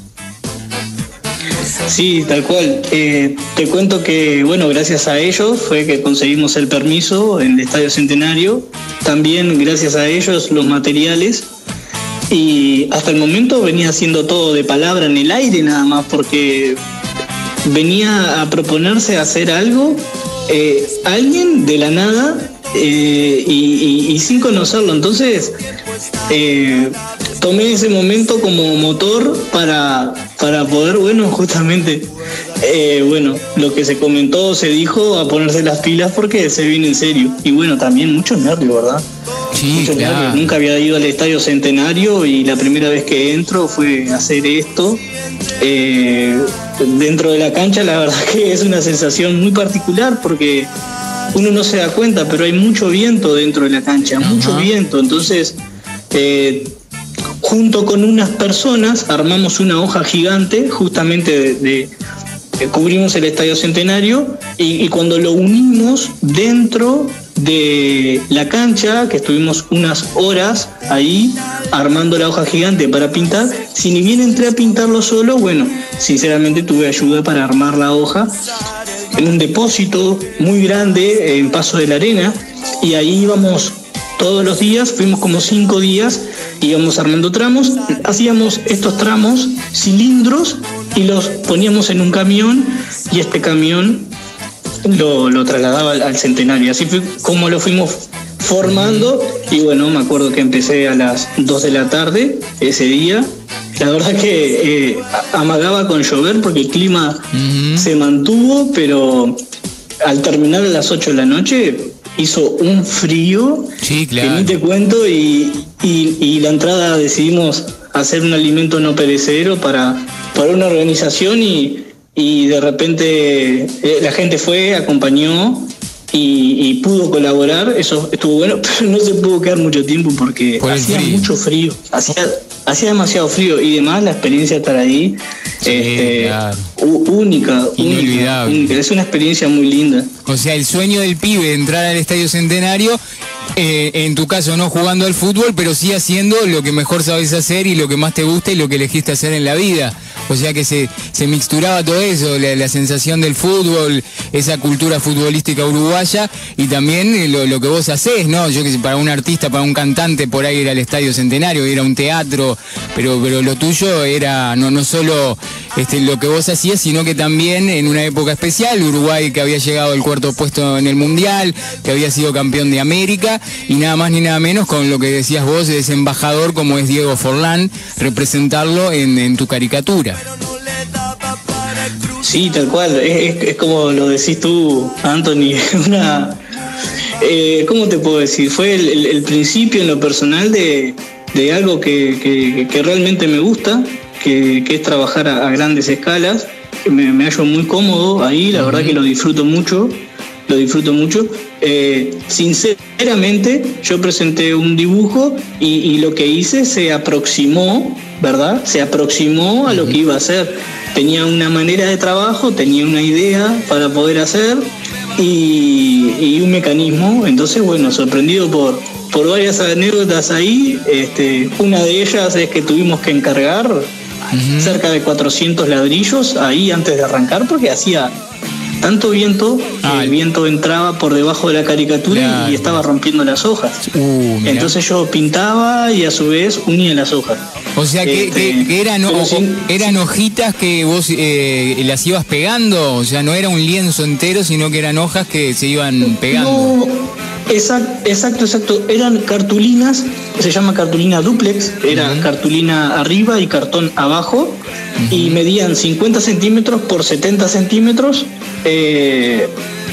Sí, tal cual. Eh, te cuento que, bueno, gracias a ellos fue que conseguimos el permiso en el Estadio Centenario. También gracias a ellos los materiales. Y hasta el momento venía haciendo todo de palabra en el aire nada más, porque venía a proponerse hacer algo, eh, alguien de la nada eh, y, y, y sin conocerlo. Entonces, eh, tomé ese momento como motor para, para poder, bueno, justamente, eh, bueno, lo que se comentó, se dijo, a ponerse las pilas porque se viene en serio. Y bueno, también muchos nervios, ¿verdad? Sí, muchos claro. nervios. Nunca había ido al Estadio Centenario y la primera vez que entro fue hacer esto. Eh, dentro de la cancha, la verdad que es una sensación muy particular porque uno no se da cuenta, pero hay mucho viento dentro de la cancha, uh-huh. mucho viento. Entonces, eh, junto con unas personas armamos una hoja gigante, justamente de, de, de cubrimos el Estadio Centenario y, y cuando lo unimos dentro de la cancha, que estuvimos unas horas ahí armando la hoja gigante para pintar, si ni bien entré a pintarlo solo, bueno, sinceramente tuve ayuda para armar la hoja en un depósito muy grande en Paso de la Arena, y ahí íbamos todos los días, fuimos como cinco días, íbamos armando tramos, hacíamos estos tramos, cilindros, y los poníamos en un camión, y este camión lo, lo trasladaba al, al Centenario. Así fue como lo fuimos formando, y bueno, me acuerdo que empecé a las dos de la tarde ese día, La verdad que eh, amagaba con llover porque el clima uh-huh. se mantuvo, pero al terminar a las ocho de la noche hizo un frío sí, claro. que ni te cuento y, y, y la entrada decidimos hacer un alimento no perecedero para, para una organización y, y de repente eh, la gente fue, acompañó y, y pudo colaborar, eso estuvo bueno, pero no se pudo quedar mucho tiempo porque Por hacía frío. mucho frío, hacía, hacía demasiado frío y además la experiencia de estar ahí sí, este, claro. única, única, única, es una experiencia muy linda. O sea, el sueño del pibe de entrar al Estadio Centenario, eh, en tu caso no jugando al fútbol, pero sí haciendo lo que mejor sabes hacer y lo que más te gusta y lo que elegiste hacer en la vida. O sea que se, se mixturaba todo eso, la, la sensación del fútbol, esa cultura futbolística uruguaya y también lo, lo que vos hacés, ¿no? Yo que sé, para un artista, para un cantante, por ahí era el Estadio Centenario, era un teatro, pero, pero lo tuyo era no, no solo este, lo que vos hacías, sino que también en una época especial, Uruguay que había llegado al cuarto puesto en el Mundial, que había sido campeón de América y nada más ni nada menos con lo que decías vos, ese embajador como es Diego Forlán, representarlo en, en tu caricatura. Sí, tal cual, es, es, es como lo decís tú, Anthony, una... Eh, ¿Cómo te puedo decir? Fue el, el, el principio en lo personal de, de algo que, que, que realmente me gusta, que, que es trabajar a, a grandes escalas. Me, me hallo muy cómodo ahí, la uh-huh. verdad que lo disfruto mucho, lo disfruto mucho. Eh, sinceramente, yo presenté un dibujo y, y lo que hice se aproximó, ¿verdad? Se aproximó a lo que iba a hacer. Tenía una manera de trabajo, tenía una idea para poder hacer y, y un mecanismo. Entonces, bueno, sorprendido por, por varias anécdotas ahí. Este, una de ellas es que tuvimos que encargar uh-huh. cerca de cuatrocientos ladrillos ahí antes de arrancar porque hacía tanto viento ah, que el viento entraba por debajo de la caricatura claro. y estaba rompiendo las hojas. Uh, Entonces yo pintaba y a su vez unía las hojas. O sea que, este, que, que eran, o, sin, eran hojitas que vos eh, las ibas pegando, o sea, no era un lienzo entero, sino que eran hojas que se iban pegando. No, exacto, exacto, exacto. Eran cartulinas, se llama cartulina duplex, era uh-huh. cartulina arriba y cartón abajo, uh-huh. y medían cincuenta centímetros por setenta centímetros. Eh,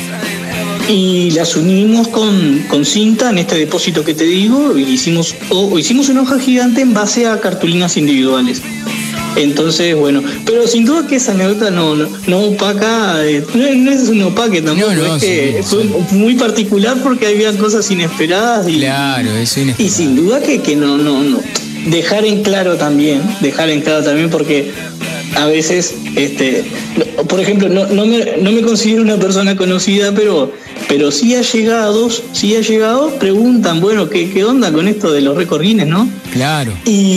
y las unimos con, con cinta en este depósito que te digo y hicimos, o, o hicimos una hoja gigante en base a cartulinas individuales. Entonces, bueno, pero sin duda que esa anécdota no, no, no opaca, eh, no, no es un opaque tampoco, no, no, es que sí, fue sí. muy particular porque había cosas inesperadas y, claro, es inesperado. Y sin duda que, que no, no, no. Dejar en claro también, dejar en claro también porque a veces, este, por ejemplo, no, no, me, no me considero una persona conocida, pero, pero sí allegados, sí allegados preguntan, bueno, ¿qué, qué onda con esto de los récord Guinness, no? Claro.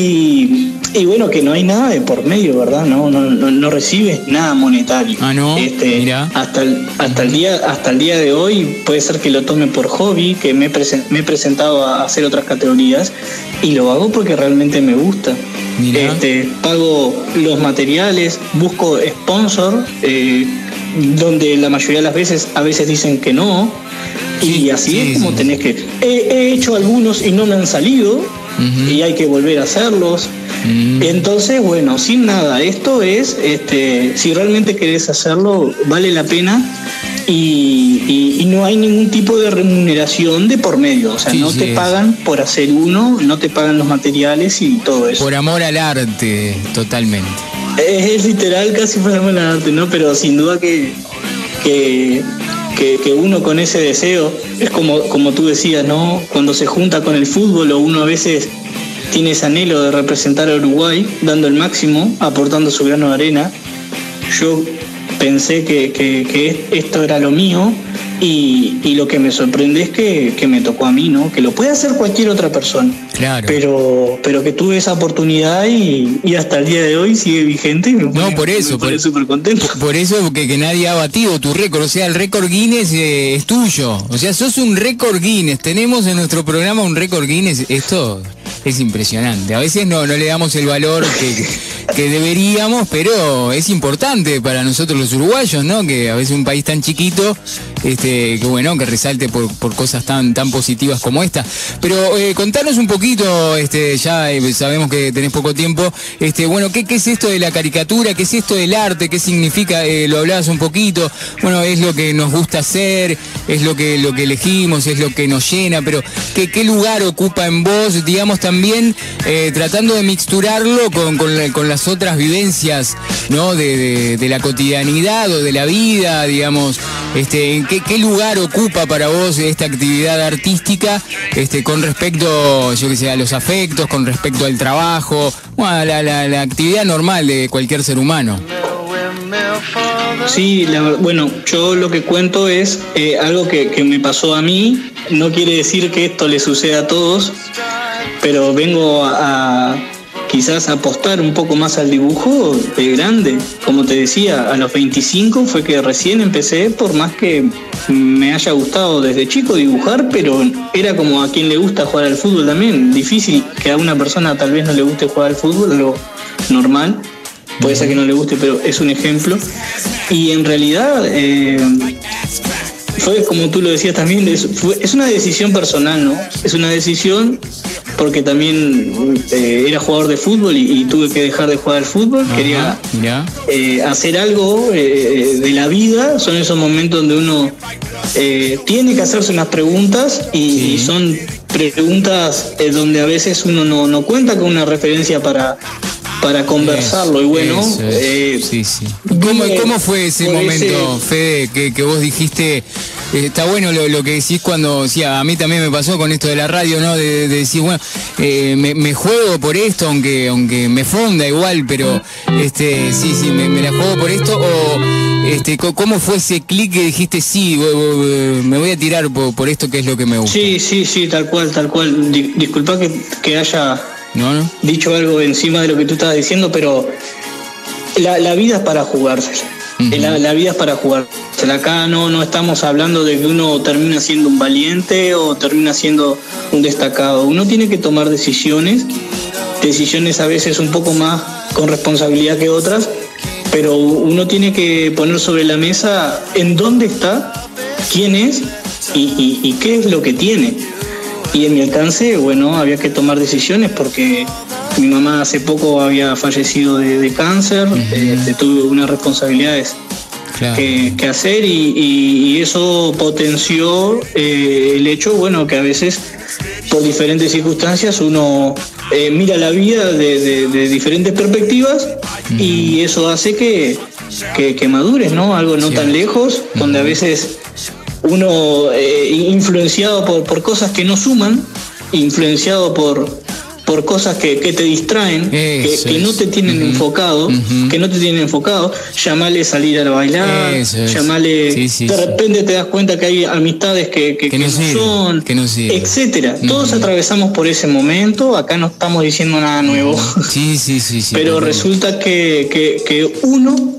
Y, y bueno, que no hay nada de por medio, ¿verdad? No, no, no, no recibes nada monetario. Ah, no. Este, Mira. Hasta el, hasta el día, hasta el día de hoy puede ser que lo tome por hobby, que me he, presen, me he presentado a hacer otras categorías y lo hago porque realmente me gusta. Este, pago los materiales, busco sponsor, eh, donde la mayoría de las veces, a veces dicen que no, sí, y así sí, es como sí. tenés que... He, he hecho algunos y no me han salido, uh-huh. y hay que volver a hacerlos. Uh-huh. Entonces, bueno, sin nada, esto es, este, si realmente querés hacerlo, vale la pena. Y, y, y no hay ningún tipo de remuneración de por medio, o sea, sí, no sí, te pagan por hacer uno, no te pagan los materiales y todo eso. Por amor al arte, totalmente. Es, es literal, casi por amor al arte, ¿no? Pero sin duda que, que, que, que uno con ese deseo, es como, como tú decías, ¿no? Cuando se junta con el fútbol o uno a veces tiene ese anhelo de representar a Uruguay, dando el máximo, aportando su grano de arena. Yo pensé que, que, que esto era lo mío y, y lo que me sorprende es que, que me tocó a mí, ¿no? Que lo puede hacer cualquier otra persona. Claro. Pero, pero que tuve esa oportunidad y, y hasta el día de hoy sigue vigente y me pone, no, por eso, me pone por, súper contento. Por, por eso que, que nadie ha batido tu récord, o sea, el récord Guinness eh, es tuyo. O sea, sos un récord Guinness. Tenemos en nuestro programa un récord Guinness. Esto es impresionante. A veces no, no le damos el valor que, que deberíamos, pero es importante para nosotros los uruguayos, ¿no? Que a veces un país tan chiquito, este, que bueno, que resalte por, por cosas tan, tan positivas como esta. Pero eh, contanos un poquito, este, ya eh, sabemos que tenés poco tiempo, este, bueno, ¿qué, qué es esto de la caricatura? ¿Qué es esto del arte? ¿Qué significa? Eh, lo hablabas un poquito. Bueno, es lo que nos gusta hacer, es lo que, lo que elegimos, es lo que nos llena, pero ¿qué, qué lugar ocupa en vos, digamos, también eh, tratando de mixturarlo con, con, la, con las otras vivencias, ¿no? De, de, de la cotidianidad o de la vida, digamos, este, ¿qué, qué lugar ocupa para vos esta actividad artística este, con respecto, yo que sé, a los afectos, con respecto al trabajo, bueno, a la, la, la actividad normal de cualquier ser humano? Sí, la, bueno, yo lo que cuento es eh, algo que, que me pasó a mí. No quiere decir que esto le suceda a todos, pero vengo a, a quizás apostar un poco más al dibujo de grande. Como te decía, a los veinticinco fue que recién empecé, por más que me haya gustado desde chico dibujar, pero era como a quien le gusta jugar al fútbol también. Difícil que a una persona tal vez no le guste jugar al fútbol, lo normal. Puede ser que no le guste, pero es un ejemplo. Y en realidad, eh, fue como tú lo decías también, es, fue, es una decisión personal, ¿no? Es una decisión porque también eh, era jugador de fútbol y, y tuve que dejar de jugar al fútbol. Ajá, quería eh, hacer algo eh, de la vida. Son esos momentos donde uno eh, tiene que hacerse unas preguntas y, sí. y son preguntas eh, donde a veces uno no, no cuenta con una referencia para... para conversarlo, eso, y bueno, eso, eso. Eh, sí, sí. ¿Cómo, ¿Cómo fue ese momento, ese... Fede, que, que vos dijiste, eh, está bueno lo, lo que decís cuando, sí, a mí también me pasó con esto de la radio, ¿no? De, de decir, bueno, eh, me, me juego por esto, aunque aunque me fonda igual, pero este sí, sí, me, me la juego por esto, o este, ¿cómo fue ese clic que dijiste, sí, me voy a tirar por, por esto que es lo que me gusta? Sí, sí, sí, tal cual, tal cual. Di, disculpa que, que haya... No, no. dicho algo encima de lo que tú estabas diciendo, pero la, la vida es para jugársela. Uh-huh. La, la vida es para jugársela. Acá no, no estamos hablando de que uno termina siendo un valiente o termina siendo un destacado. Uno tiene que tomar decisiones, decisiones a veces un poco más con responsabilidad que otras, pero uno tiene que poner sobre la mesa en dónde está, quién es y, y, y qué es lo que tiene. Y en mi alcance, bueno, había que tomar decisiones porque mi mamá hace poco había fallecido de, de cáncer, uh-huh. eh, tuve unas responsabilidades claro. que, que hacer y, y, y eso potenció eh, el hecho, bueno, que a veces por diferentes circunstancias uno eh, mira la vida de, de, de diferentes perspectivas uh-huh. y eso hace que, que, que madures, ¿no? Algo no sí. tan lejos, uh-huh. donde a veces... uno eh, influenciado por, por cosas que no suman, influenciado por, por cosas que, que te distraen, que, que no te tienen uh-huh. enfocado, uh-huh. que no te tienen enfocado, llamale salir a bailar, eso llamale, sí, sí, de repente sí. te das cuenta que hay amistades que, que, que, no, que no son, que no etcétera. Uh-huh. Todos atravesamos por ese momento, acá no estamos diciendo nada nuevo. Sí, sí, sí, sí, pero sí, resulta que, que, que uno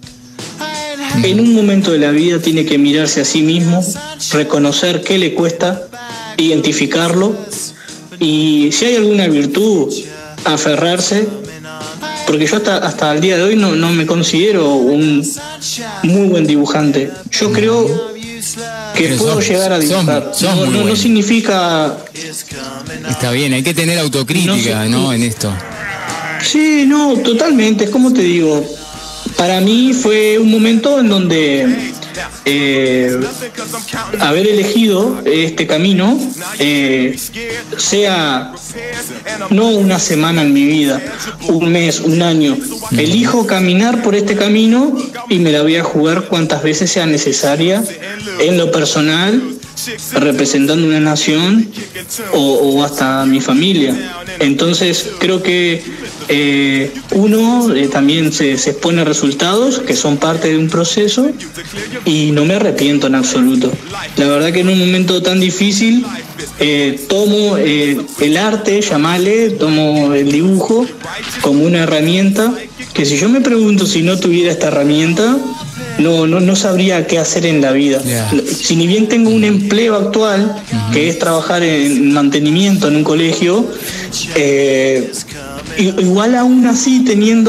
en un momento de la vida tiene que mirarse a sí mismo, reconocer qué le cuesta, identificarlo y si hay alguna virtud, aferrarse, porque yo hasta, hasta el día de hoy no, no me considero un muy buen dibujante. Yo creo que Pero puedo son, llegar a dibujar. Son, son no, no, no significa... Está bien, hay que tener autocrítica, ¿no? ¿no? En esto. Sí, no, totalmente, es como te digo... Para mí fue un momento en donde eh, haber elegido este camino, eh, sea no una semana en mi vida, un mes, un año, elijo caminar por este camino y me la voy a jugar cuantas veces sea necesaria en lo personal, representando una nación o, o hasta mi familia. Entonces creo que eh, uno eh, también se, se expone a resultados que son parte de un proceso y no me arrepiento en absoluto. La verdad que en un momento tan difícil eh, tomo eh, el arte, llamale, tomo el dibujo como una herramienta que si yo me pregunto si no tuviera esta herramienta no, no, no sabría qué hacer en la vida. Yeah. Si ni bien tengo un empleo actual, uh-huh. que es trabajar en mantenimiento en un colegio, eh, igual aún así teniendo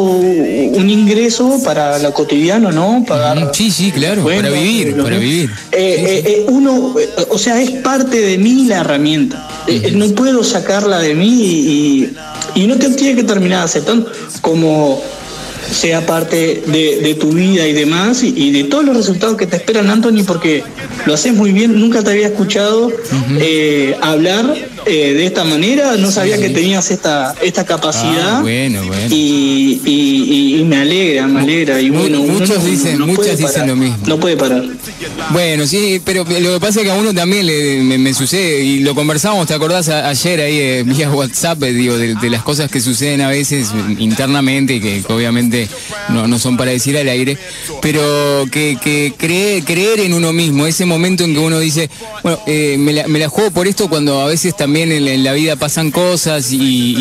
un ingreso para lo cotidiano, ¿no? Pagar, sí, sí, claro, bueno, para vivir, para que, vivir. Eh, sí, sí. Eh, eh, uno, o sea, es parte de mí la herramienta. Uh-huh. Eh, no puedo sacarla de mí y, y uno te tiene que terminar aceptando como sea parte de, de tu vida y demás, y, y de todos los resultados que te esperan, Anthony, porque lo haces muy bien. Nunca te había escuchado uh-huh. eh, hablar eh, de esta manera, no sabía sí. que tenías esta esta capacidad. Ah, bueno, bueno. Y, y, y me alegra, me alegra. Y bueno, muchos uno, dicen, no muchas dicen parar, lo mismo. No puede parar. Bueno, sí, pero lo que pasa es que a uno también le, me, me sucede, y lo conversamos, ¿te acordás a, ayer ahí eh, vía WhatsApp, eh, digo, de, de las cosas que suceden a veces internamente y que, que obviamente no, no son para decir al aire, pero que, que creer, creer en uno mismo, ese momento en que uno dice, bueno, eh, me, la, me la juego por esto, cuando a veces también en, en la vida pasan cosas y,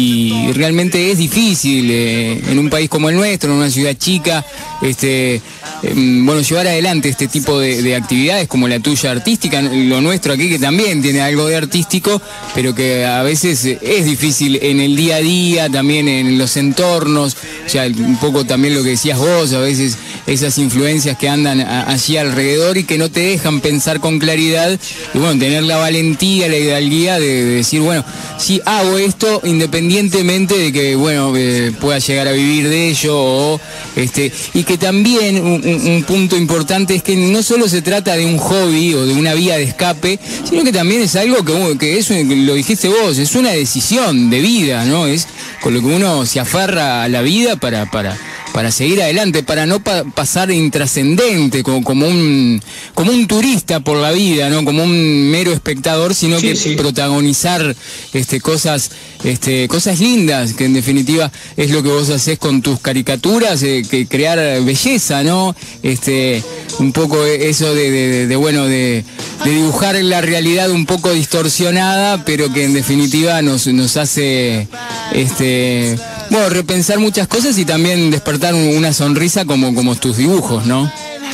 y realmente es difícil eh, en un país como el nuestro, en una ciudad chica, este, eh, bueno, llevar adelante este tipo de, de actividades como la tuya artística, lo nuestro aquí que también tiene algo de artístico, pero que a veces es difícil en el día a día, también en los entornos, o sea, un poco también lo que decías vos, a veces esas influencias que andan a, allí alrededor y que no te dejan pensar con claridad, y bueno, tener la valentía, la hidalguía de, de decir, bueno, sí hago esto independientemente de que, bueno, eh, pueda llegar a vivir de ello, o, este, y que también un, un punto importante es que no solo se trata de un hobby o de una vía de escape, sino que también es algo que, que es, lo dijiste vos, es una decisión de vida, ¿no? Es con lo que uno se aferra a la vida para, para, para seguir adelante, para no pa pasar intrascendente, como, como, un, como un turista por la vida, ¿no? Como un mero espectador, sino sí, que sí. protagonizar este, cosas, este, cosas lindas, que en definitiva es lo que vos hacés con tus caricaturas, eh, que crear belleza, ¿no? Este, un poco eso de, de, de, de bueno, de, de dibujar la realidad un poco distorsionada, pero que en definitiva nos, nos hace este, bueno, repensar muchas cosas y también despertar una sonrisa como, como tus dibujos, ¿no?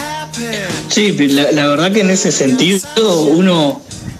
Sí, la, la verdad que en ese sentido uno,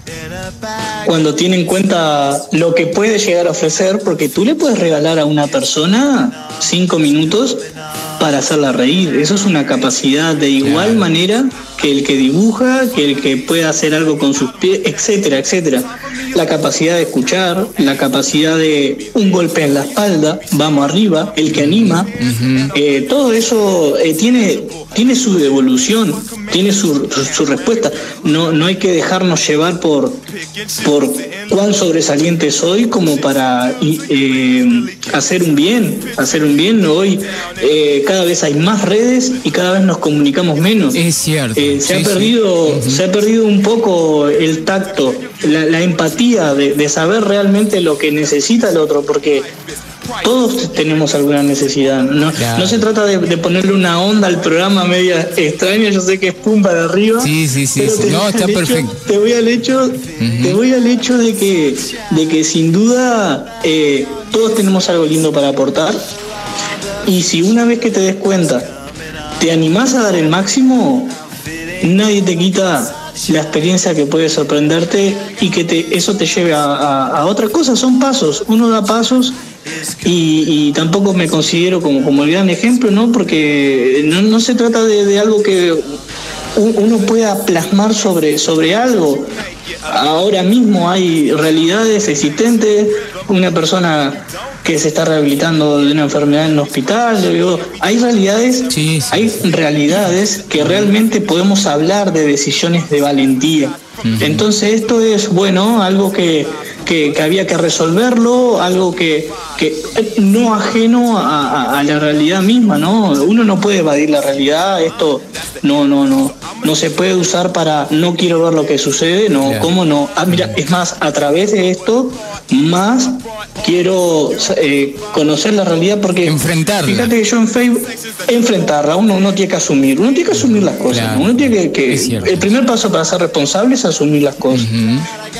cuando tiene en cuenta lo que puede llegar a ofrecer, porque tú le puedes regalar a una persona cinco minutos para hacerla reír, eso es una capacidad de igual claro. manera que el que dibuja, que el que puede hacer algo con sus pies, etcétera, etcétera. La capacidad de escuchar, la capacidad de un golpe en la espalda, vamos arriba, el que anima, uh-huh. eh, todo eso eh, tiene, tiene su devolución, tiene su, su, su respuesta. No, no hay que dejarnos llevar por, por cuán sobresaliente soy como para eh, hacer un bien, hacer un bien. Hoy eh, cada vez hay más redes y cada vez nos comunicamos menos. Es cierto. Eh, se, sí, ha perdido, sí. uh-huh. se ha perdido un poco el tacto, la, la empatía de, de saber realmente lo que necesita el otro, porque todos tenemos alguna necesidad. No, claro. no se trata de, de ponerle una onda al programa media extraña, yo sé que es pum para arriba. Sí, sí, sí. Pero sí. No, está hecho, perfecto. Te voy al hecho, uh-huh. te voy al hecho de que, de que sin duda eh, todos tenemos algo lindo para aportar. Y si una vez que te des cuenta te animás a dar el máximo, nadie te quita la experiencia que puede sorprenderte y que te, eso te lleve a, a, a otra cosa. Son pasos, uno da pasos y, y tampoco me considero como, como el gran ejemplo, ¿no? Porque no, no se trata de, de algo que uno pueda plasmar sobre, sobre algo. Ahora mismo hay realidades existentes, una persona que se está rehabilitando de una enfermedad en un hospital, digo, hay realidades, sí, sí. hay realidades que realmente podemos hablar de decisiones de valentía. Uh-huh. Entonces esto es, bueno, algo que, que, que había que resolverlo, algo que, que no ajeno a, a, a la realidad misma, ¿no? Uno no puede evadir la realidad, esto no, no, no, no se puede usar para no quiero ver lo que sucede, no, yeah. ¿cómo no? Ah, mira, es más, a través de esto, más quiero eh, conocer la realidad, porque enfrentarla. Fíjate que yo en Facebook, enfrentarla, uno no tiene que asumir, uno tiene que asumir las cosas, claro. uno tiene que, que el primer paso para ser responsable es asumir las cosas. Uh-huh.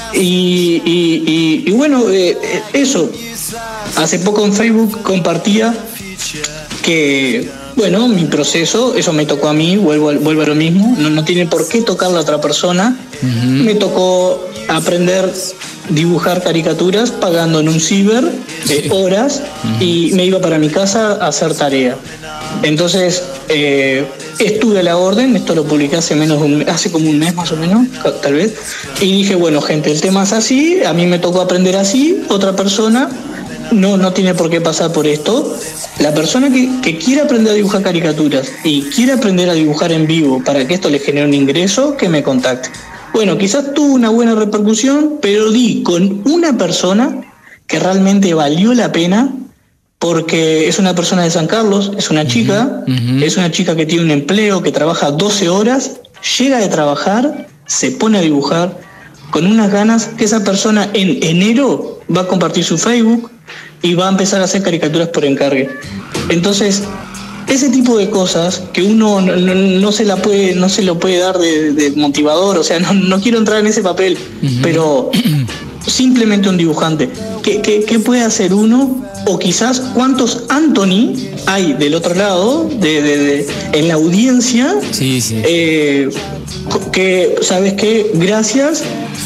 y, y, y, y bueno, eh, eso, hace poco en Facebook compartía que Bueno, mi proceso, eso me tocó a mí, vuelvo, vuelvo a lo mismo, no, no tiene por qué tocarla a otra persona. Uh-huh. Me tocó aprender dibujar caricaturas pagando en un ciber eh, horas uh-huh. y me iba para mi casa a hacer tarea. Entonces, eh, estuve a la orden, esto lo publiqué hace, menos de un, hace como un mes más o menos, tal vez, y dije, bueno, gente, el tema es así, a mí me tocó aprender así, otra persona no, no tiene por qué pasar por esto. La persona que, que quiera aprender a dibujar caricaturas y quiere aprender a dibujar en vivo para que esto le genere un ingreso, que me contacte. Bueno, quizás tuvo una buena repercusión, pero di con una persona que realmente valió la pena, porque es una persona de San Carlos, es una chica, uh-huh. es una chica que tiene un empleo, que trabaja doce horas, llega de trabajar, se pone a dibujar con unas ganas que esa persona en enero va a compartir su Facebook y va a empezar a hacer caricaturas por encargue. Entonces, ese tipo de cosas que uno no, no, no se la puede, no se lo puede dar de, de motivador, o sea, no, no quiero entrar en ese papel, uh-huh. pero simplemente un dibujante. ¿Qué, qué, qué puede hacer uno? O quizás cuántos Anthony hay del otro lado, de, de, de, en la audiencia, sí, sí. Eh, que, ¿sabes qué? Gracias,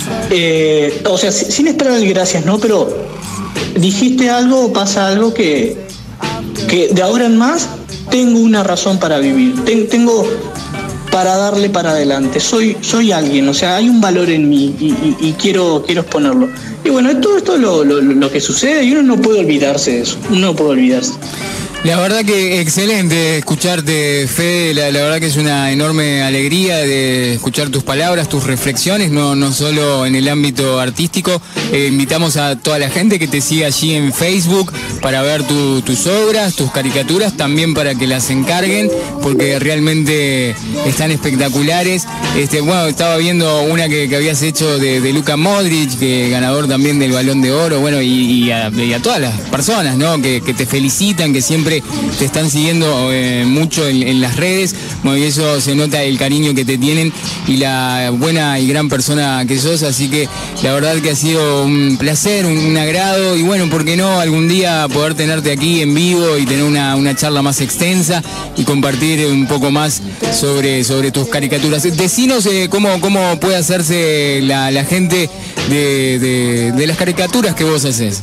eh, o sea, sin esperar el gracias, ¿no? Pero dijiste algo o pasa algo que, que de ahora en más tengo una razón para vivir, Ten, tengo para darle para adelante, soy soy alguien, o sea, hay un valor en mí y, y, y quiero quiero exponerlo. Y bueno, todo esto es lo, lo, lo que sucede y uno no puede olvidarse de eso, uno no puede olvidarse. La verdad que excelente escucharte, Fede, la, la verdad que es una enorme alegría de escuchar tus palabras, tus reflexiones, no, no solo en el ámbito artístico. Eh, invitamos a toda la gente que te siga allí en Facebook para ver tu, tus obras, tus caricaturas, también para que las encarguen, porque realmente están espectaculares. Este, bueno, estaba viendo una que, que habías hecho de, de Luka Modric, que ganador también del Balón de Oro, bueno, y, y, a, y a todas las personas, ¿no? que, que te felicitan, que siempre te están siguiendo eh, mucho en, en las redes, bueno, y eso se nota el cariño que te tienen y la buena y gran persona que sos, así que la verdad que ha sido un placer, un, un agrado, y bueno, ¿por qué no algún día poder tenerte aquí en vivo y tener una, una charla más extensa y compartir un poco más sobre, sobre tus caricaturas? Decinos eh, cómo, cómo puede hacerse la, la gente de, de, de las caricaturas que vos haces.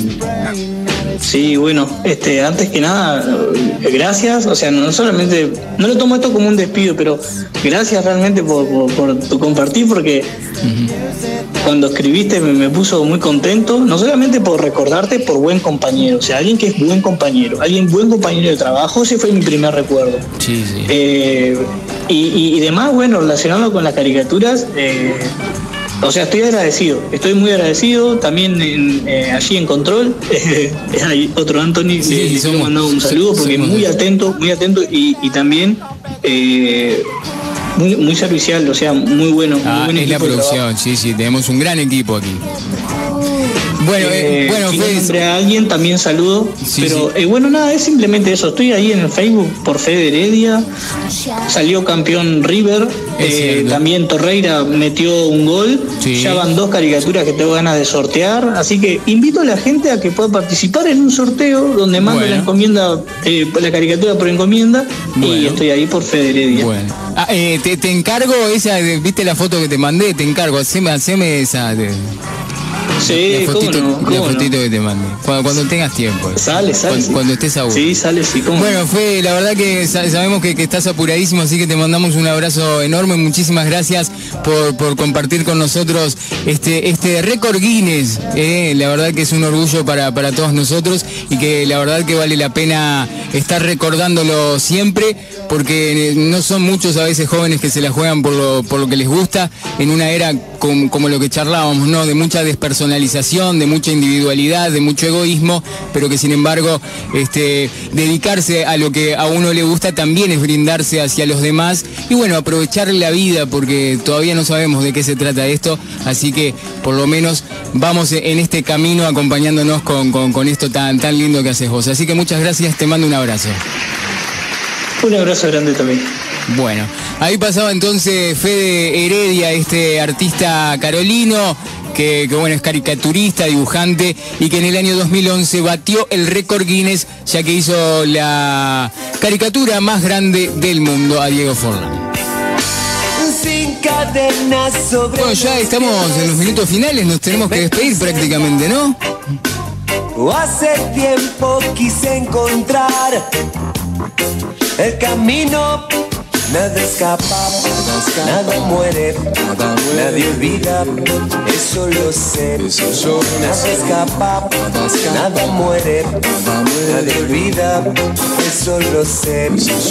Sí, bueno, este, antes que nada, gracias, o sea, no solamente, no lo tomo esto como un despido, pero gracias realmente por, por, por tu compartir, porque uh-huh. cuando escribiste me, me puso muy contento, no solamente por recordarte, por buen compañero, o sea, alguien que es buen compañero, alguien buen compañero de trabajo, ese fue mi primer recuerdo. Sí, sí. Eh, y, y, y demás, bueno, relacionado con las caricaturas, eh, o sea, estoy agradecido, estoy muy agradecido. También en, eh, allí en Control, eh, hay otro Anthony, sí, le quiero mandar un saludo porque muy atento, muy atento y, y también eh, muy, muy servicial, o sea, muy bueno. Ah, muy buen es la producción, sí, sí, tenemos un gran equipo aquí. Bueno, eh, eh, bueno, si Fede, nombre a alguien también saludo, sí, pero sí. Eh, bueno, nada, es simplemente eso. Estoy ahí en el Facebook por Fede Heredia, salió campeón River, eh, también Torreira metió un gol, sí. Ya van dos caricaturas que tengo ganas de sortear, así que invito a la gente a que pueda participar en un sorteo donde mando bueno. la encomienda, eh, la caricatura por encomienda, bueno. Y estoy ahí por Fede Heredia. Bueno. Ah, eh, te, te encargo esa, viste la foto que te mandé, te encargo, haceme, haceme esa de... Sí, la fotito, cómo no, cómo la fotito no. que te mande. Cuando, cuando tengas tiempo. Sale, sale. Cuando, sí. cuando estés a gusto. Sí, sale, sí. ¿Cómo? Bueno, Fede, la verdad que sabemos que, que estás apuradísimo, así que te mandamos un abrazo enorme. Muchísimas gracias por, por compartir con nosotros este, este récord Guinness. Eh, la verdad que es un orgullo para, para todos nosotros y que la verdad que vale la pena estar recordándolo siempre, porque no son muchos a veces jóvenes que se la juegan por lo, por lo que les gusta, en una era como, como lo que charlábamos, ¿no? De mucha despersonalización, de mucha individualidad, de mucho egoísmo, pero que sin embargo este, dedicarse a lo que a uno le gusta también es brindarse hacia los demás y bueno, aprovechar la vida, porque todavía no sabemos de qué se trata esto, así que por lo menos vamos en este camino acompañándonos con, con, con esto tan, tan lindo que haces vos. Así que muchas gracias, te mando un abrazo. Un abrazo grande también. Bueno, ahí pasaba entonces Fede Heredia, este artista carolino, que, que bueno, es caricaturista, dibujante, y que en el año dos mil once batió el récord Guinness, ya que hizo la caricatura más grande del mundo, a Diego Forlán. Sin cadenas sobre. Bueno, ya estamos en los minutos finales, nos tenemos que despedir prácticamente, ¿no? Hace tiempo quise encontrar el camino. Nada escapa, nada muere, nadie olvida, eso lo sé. Nada escapa, nada muere, nadie olvida, eso lo sé.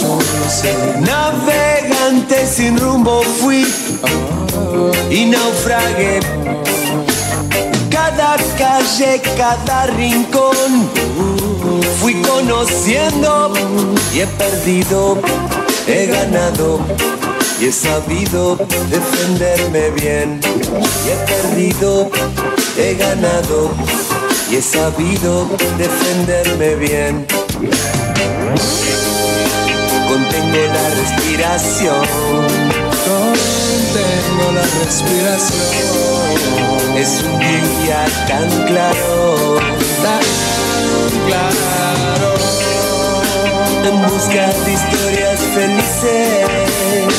Navegante sin rumbo fui y naufragué. Cada calle, cada rincón fui conociendo y he perdido. He ganado y he sabido defenderme bien. Y he perdido, he ganado y he sabido defenderme bien. Contengo la respiración. Contengo la respiración. Es un día tan claro, tan claro. En busca de historias felices.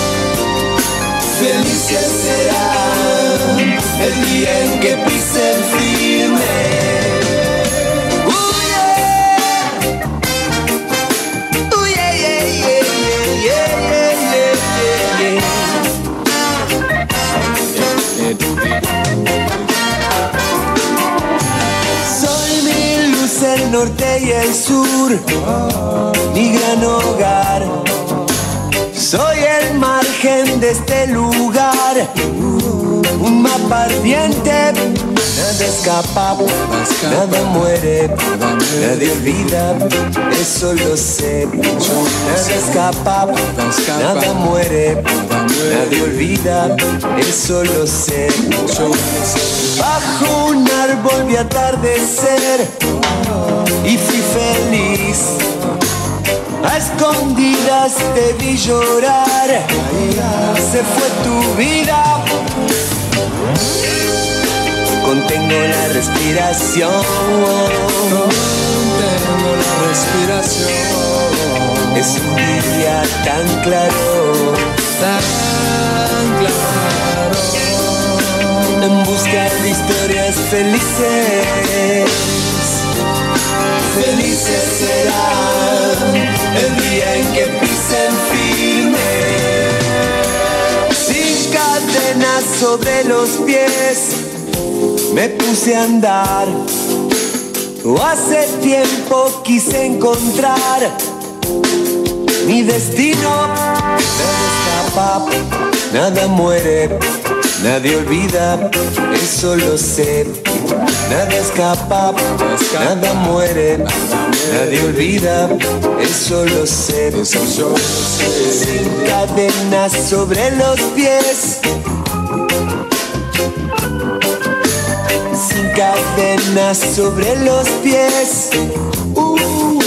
Felices será el día en que pisen firme. Uh, yeah. Uh, yeah, yeah, yeah, yeah, yeah, yeah, yeah. Soy mi luz, el norte y el sur, mi gran hogar. Soy el margen de este lugar, un mapa ardiente. Nada escapa, nada muere, nadie olvida, eso lo sé. Nada escapa, nada muere, nadie olvida, eso lo sé. Bajo un árbol vi atardecer y fui feliz. A escondidas te vi llorar, se fue tu vida. Contengo la respiración. Contengo la respiración. Es un día tan claro, tan claro. En busca de historias felices. Felices serán el día en que pisen firme. Sin cadenas sobre los pies me puse a andar. Hace tiempo quise encontrar mi destino. Nada escapa, nada muere, nadie olvida, eso lo sé. Nada escapa, nada muere, nadie olvida, eso lo sé. Sin cadenas sobre los pies. Sin cadenas sobre los pies. Uh, uh, uh.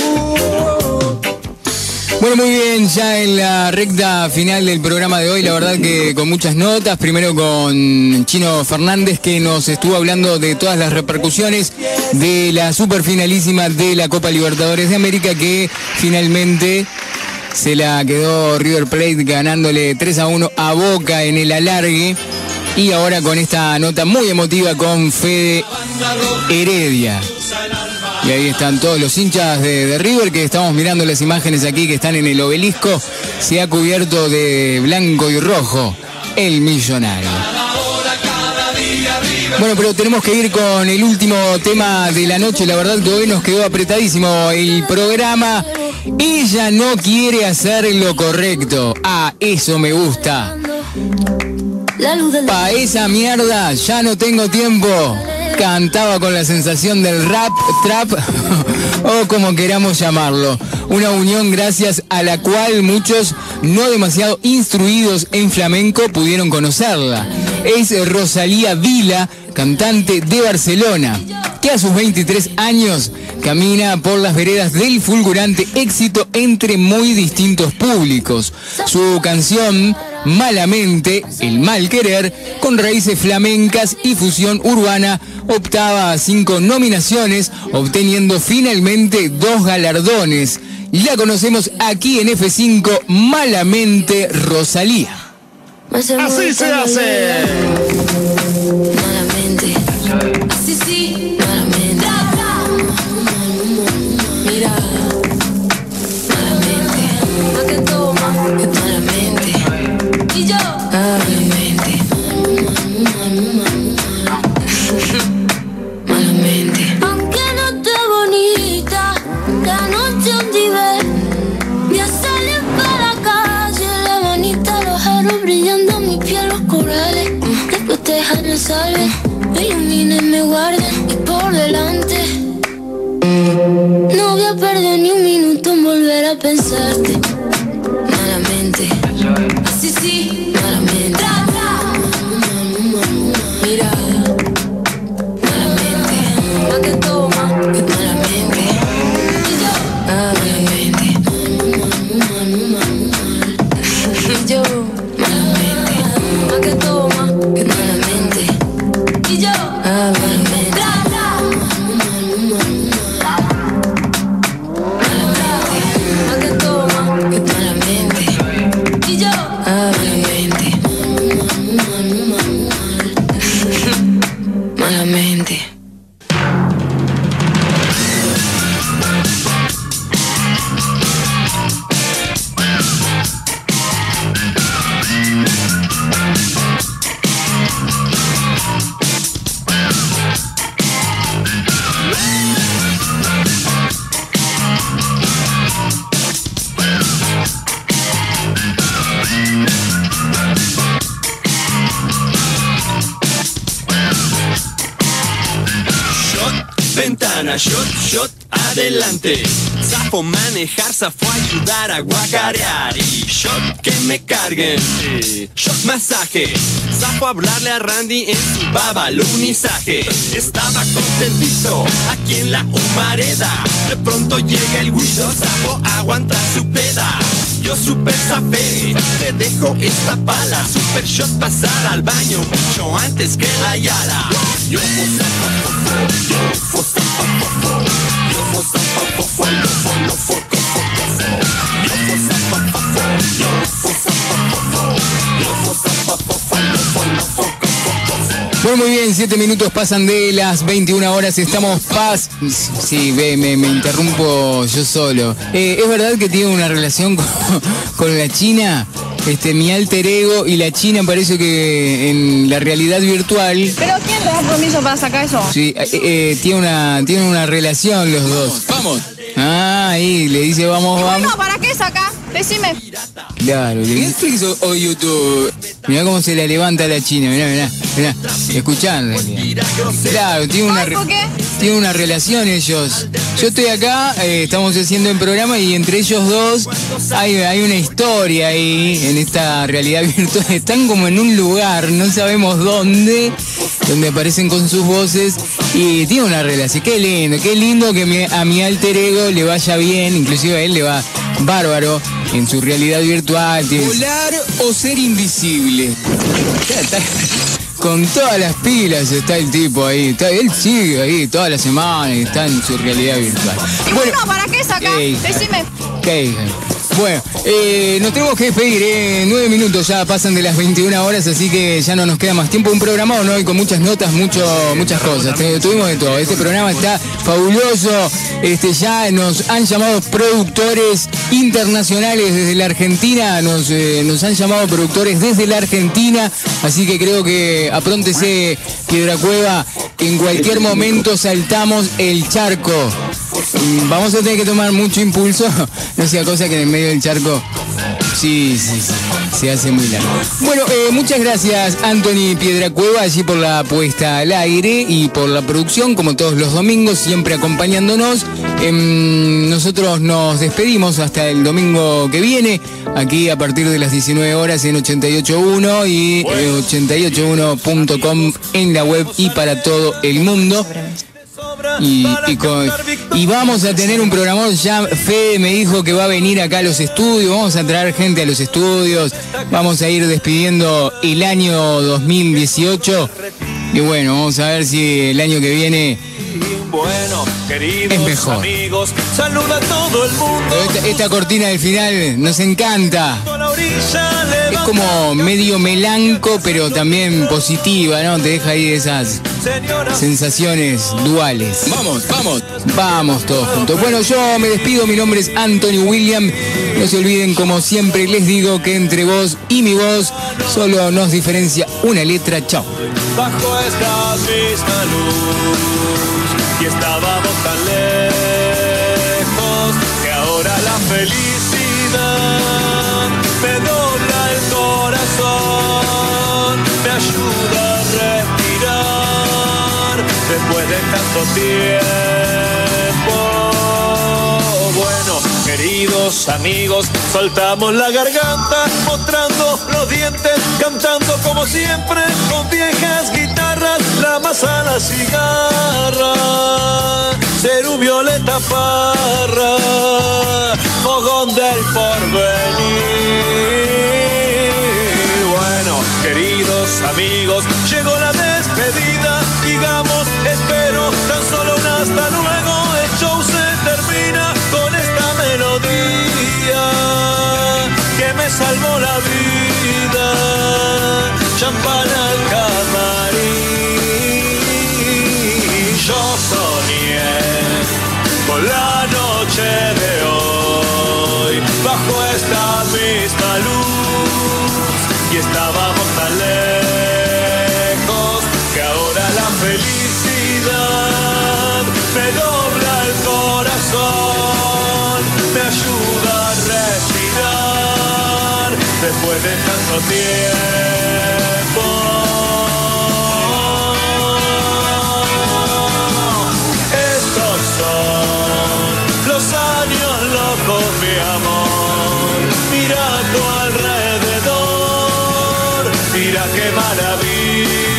Bueno, muy bien, ya en la recta final del programa de hoy, la verdad que con muchas notas, primero con Chino Fernández, que nos estuvo hablando de todas las repercusiones de la superfinalísima de la Copa Libertadores de América, que finalmente se la quedó River Plate ganándole tres a uno a Boca en el alargue. Y ahora con esta nota muy emotiva con Fede Heredia. Y ahí están todos los hinchas de, de River, que estamos mirando las imágenes aquí que están en el obelisco. Se ha cubierto de blanco y rojo el Millonario. Bueno, pero tenemos que ir con el último tema de la noche. La verdad que hoy nos quedó apretadísimo el programa. Ella no quiere hacer lo correcto. Ah, eso me gusta. Pa' esa mierda ya no tengo tiempo. Cantaba con la sensación del rap, trap o como queramos llamarlo. Una unión gracias a la cual muchos no demasiado instruidos en flamenco pudieron conocerla. Es Rosalía Vila, cantante de Barcelona, que a sus veintitrés años camina por las veredas del fulgurante éxito entre muy distintos públicos. Su canción, Malamente, el mal querer, con raíces flamencas y fusión urbana, optaba a cinco nominaciones, obteniendo finalmente dos galardones. la conocemos aquí en F cinco, Malamente, Rosalía. Así se hace. Malamente. Así sí, malamente. Mira. Malamente. ¿A qué toma? Malamente. Y yo. Malamente. Malamente. Aunque no esté bonita, la noche un nivel. Ya salí para la calle, la manita, los aros brillando, mi piel, los corales. Después te dejan el salve, me iluminen, me guarden y por delante. No voy a perder ni un minuto en volver a pensarte. Malamente. Así sí, malamente. Mira. Malamente. ¿A qué toma? Malamente. Y yo. Malamente. Y yo. Malamente. ¿A qué toma? Malamente. Y yo. Malamente. ¿A qué toma? Malamente. Y yo. Malamente. Malamente. Ventana, shot, shot, adelante. Zafo manejar, zafo ayudar a guacarear. Y shot que me carguen, eh, shot masaje. Zafo hablarle a Randy en su babalunizaje. Estaba contentito aquí en la humareda. De pronto llega el guido, zafo aguanta su peda. Yo super zafé, te dejo esta pala. Super shot pasar al baño mucho antes que la yala. Yo fo zafo, yo fo zafo, yo fo zafo, yo fo lo fo co fo fo. Yo fo zafo, yo fo zafo, yo fo zafo, lo fo lo fo co fo fo. Bueno, muy bien, siete minutos pasan de las veintiuna horas, estamos paz. Sí, ve, me, me interrumpo yo solo. Eh, ¿Es verdad que tiene una relación con, con la China? Este, mi alter ego y la China parece que en la realidad virtual... ¿Pero quién te da permiso para sacar eso? Sí, eh, eh, tiene una tiene una relación los dos. Vamos. Ah, ahí, le dice vamos, Y vamos. bueno, ¿para qué saca? Decime. Claro, ¿Netflix o, o YouTube? mirá cómo se la levanta la China, mirá, mirá, mirá, escuchando. Claro, tiene una, re- ¿Por qué? tiene una relación ellos. Yo estoy acá, eh, estamos haciendo el programa y entre ellos dos hay, hay una historia ahí, en esta realidad virtual. Están como en un lugar, no sabemos dónde, donde aparecen con sus voces y tiene una relación. Qué lindo, qué lindo que mi- a mi alter ego le vaya bien, inclusive a él le va bárbaro en su realidad virtual. Tiene- ¿Volar o ser invisible? Con todas las pilas está el tipo ahí, está- él sigue ahí toda la semana y está en su realidad virtual. Y bueno, ¿para qué saca? Ey. Decime. Ok, bueno, eh, nos tenemos que despedir, eh, nueve minutos ya pasan de las veintiuna horas, así que ya no nos queda más tiempo. Un programado, ¿no? Y con muchas notas, mucho, muchas cosas. Te- Tuvimos de todo. Este programa está fabuloso. Este, ya nos han llamado productores internacionales desde la Argentina, nos, eh, nos han llamado productores desde la Argentina, así que creo que apróntese Piedra Cueva, en cualquier momento saltamos el charco. Mm, Vamos a tener que tomar mucho impulso, no sea cosa que en el medio del charco, sí, sí, sí, se hace muy largo. Bueno, eh, muchas gracias Anthony Piedra Cueva allí por la puesta al aire y por la producción, como todos los domingos, siempre acompañándonos. Em, nosotros nos despedimos hasta el domingo que viene, aquí a partir de las diecinueve horas en ochenta y ocho punto uno y eh, ochenta y ocho uno punto com en la web y para todo el mundo. Y, y, con- y vamos a tener un programón, ya Fede me dijo que va a venir acá a los estudios, vamos a traer gente a los estudios, vamos a ir despidiendo el año dos mil dieciocho y bueno, vamos a ver si el año que viene Bueno, queridos es mejor. amigos, saluda a todo el mundo. Esta, esta cortina del final nos encanta. Es como medio melanco, pero también positiva, ¿no? Te deja ahí esas sensaciones duales. Vamos, vamos. Vamos todos juntos. Bueno, yo me despido. Mi nombre es Anthony William. No se olviden, como siempre les digo, que entre vos y mi voz solo nos diferencia una letra. Chao. Bajo esta misma luz y estábamos tan lejos que ahora la felicidad me dobla el corazón, me ayuda a respirar después de tanto tiempo. Bueno, queridos amigos, soltamos la garganta, mostrando los dientes, cantando como siempre, con viejas guitarras, la masa, la cigarra, Cerú, Violeta Parra, fogón del porvenir. Bueno, queridos amigos, llegó la despedida, digamos, espero tan solo un hasta luego, el show se termina con esta melodía que me salvó la vida, champán al camarín. Yo soñé con la noche de hoy bajo esta misma luz y estábamos tan lejos que ahora la felicidad me dobla el corazón, me ayuda a respirar después de tanto tiempo. Estos son los años locos, mi amor. Mira a tu alrededor, mira qué maravilla.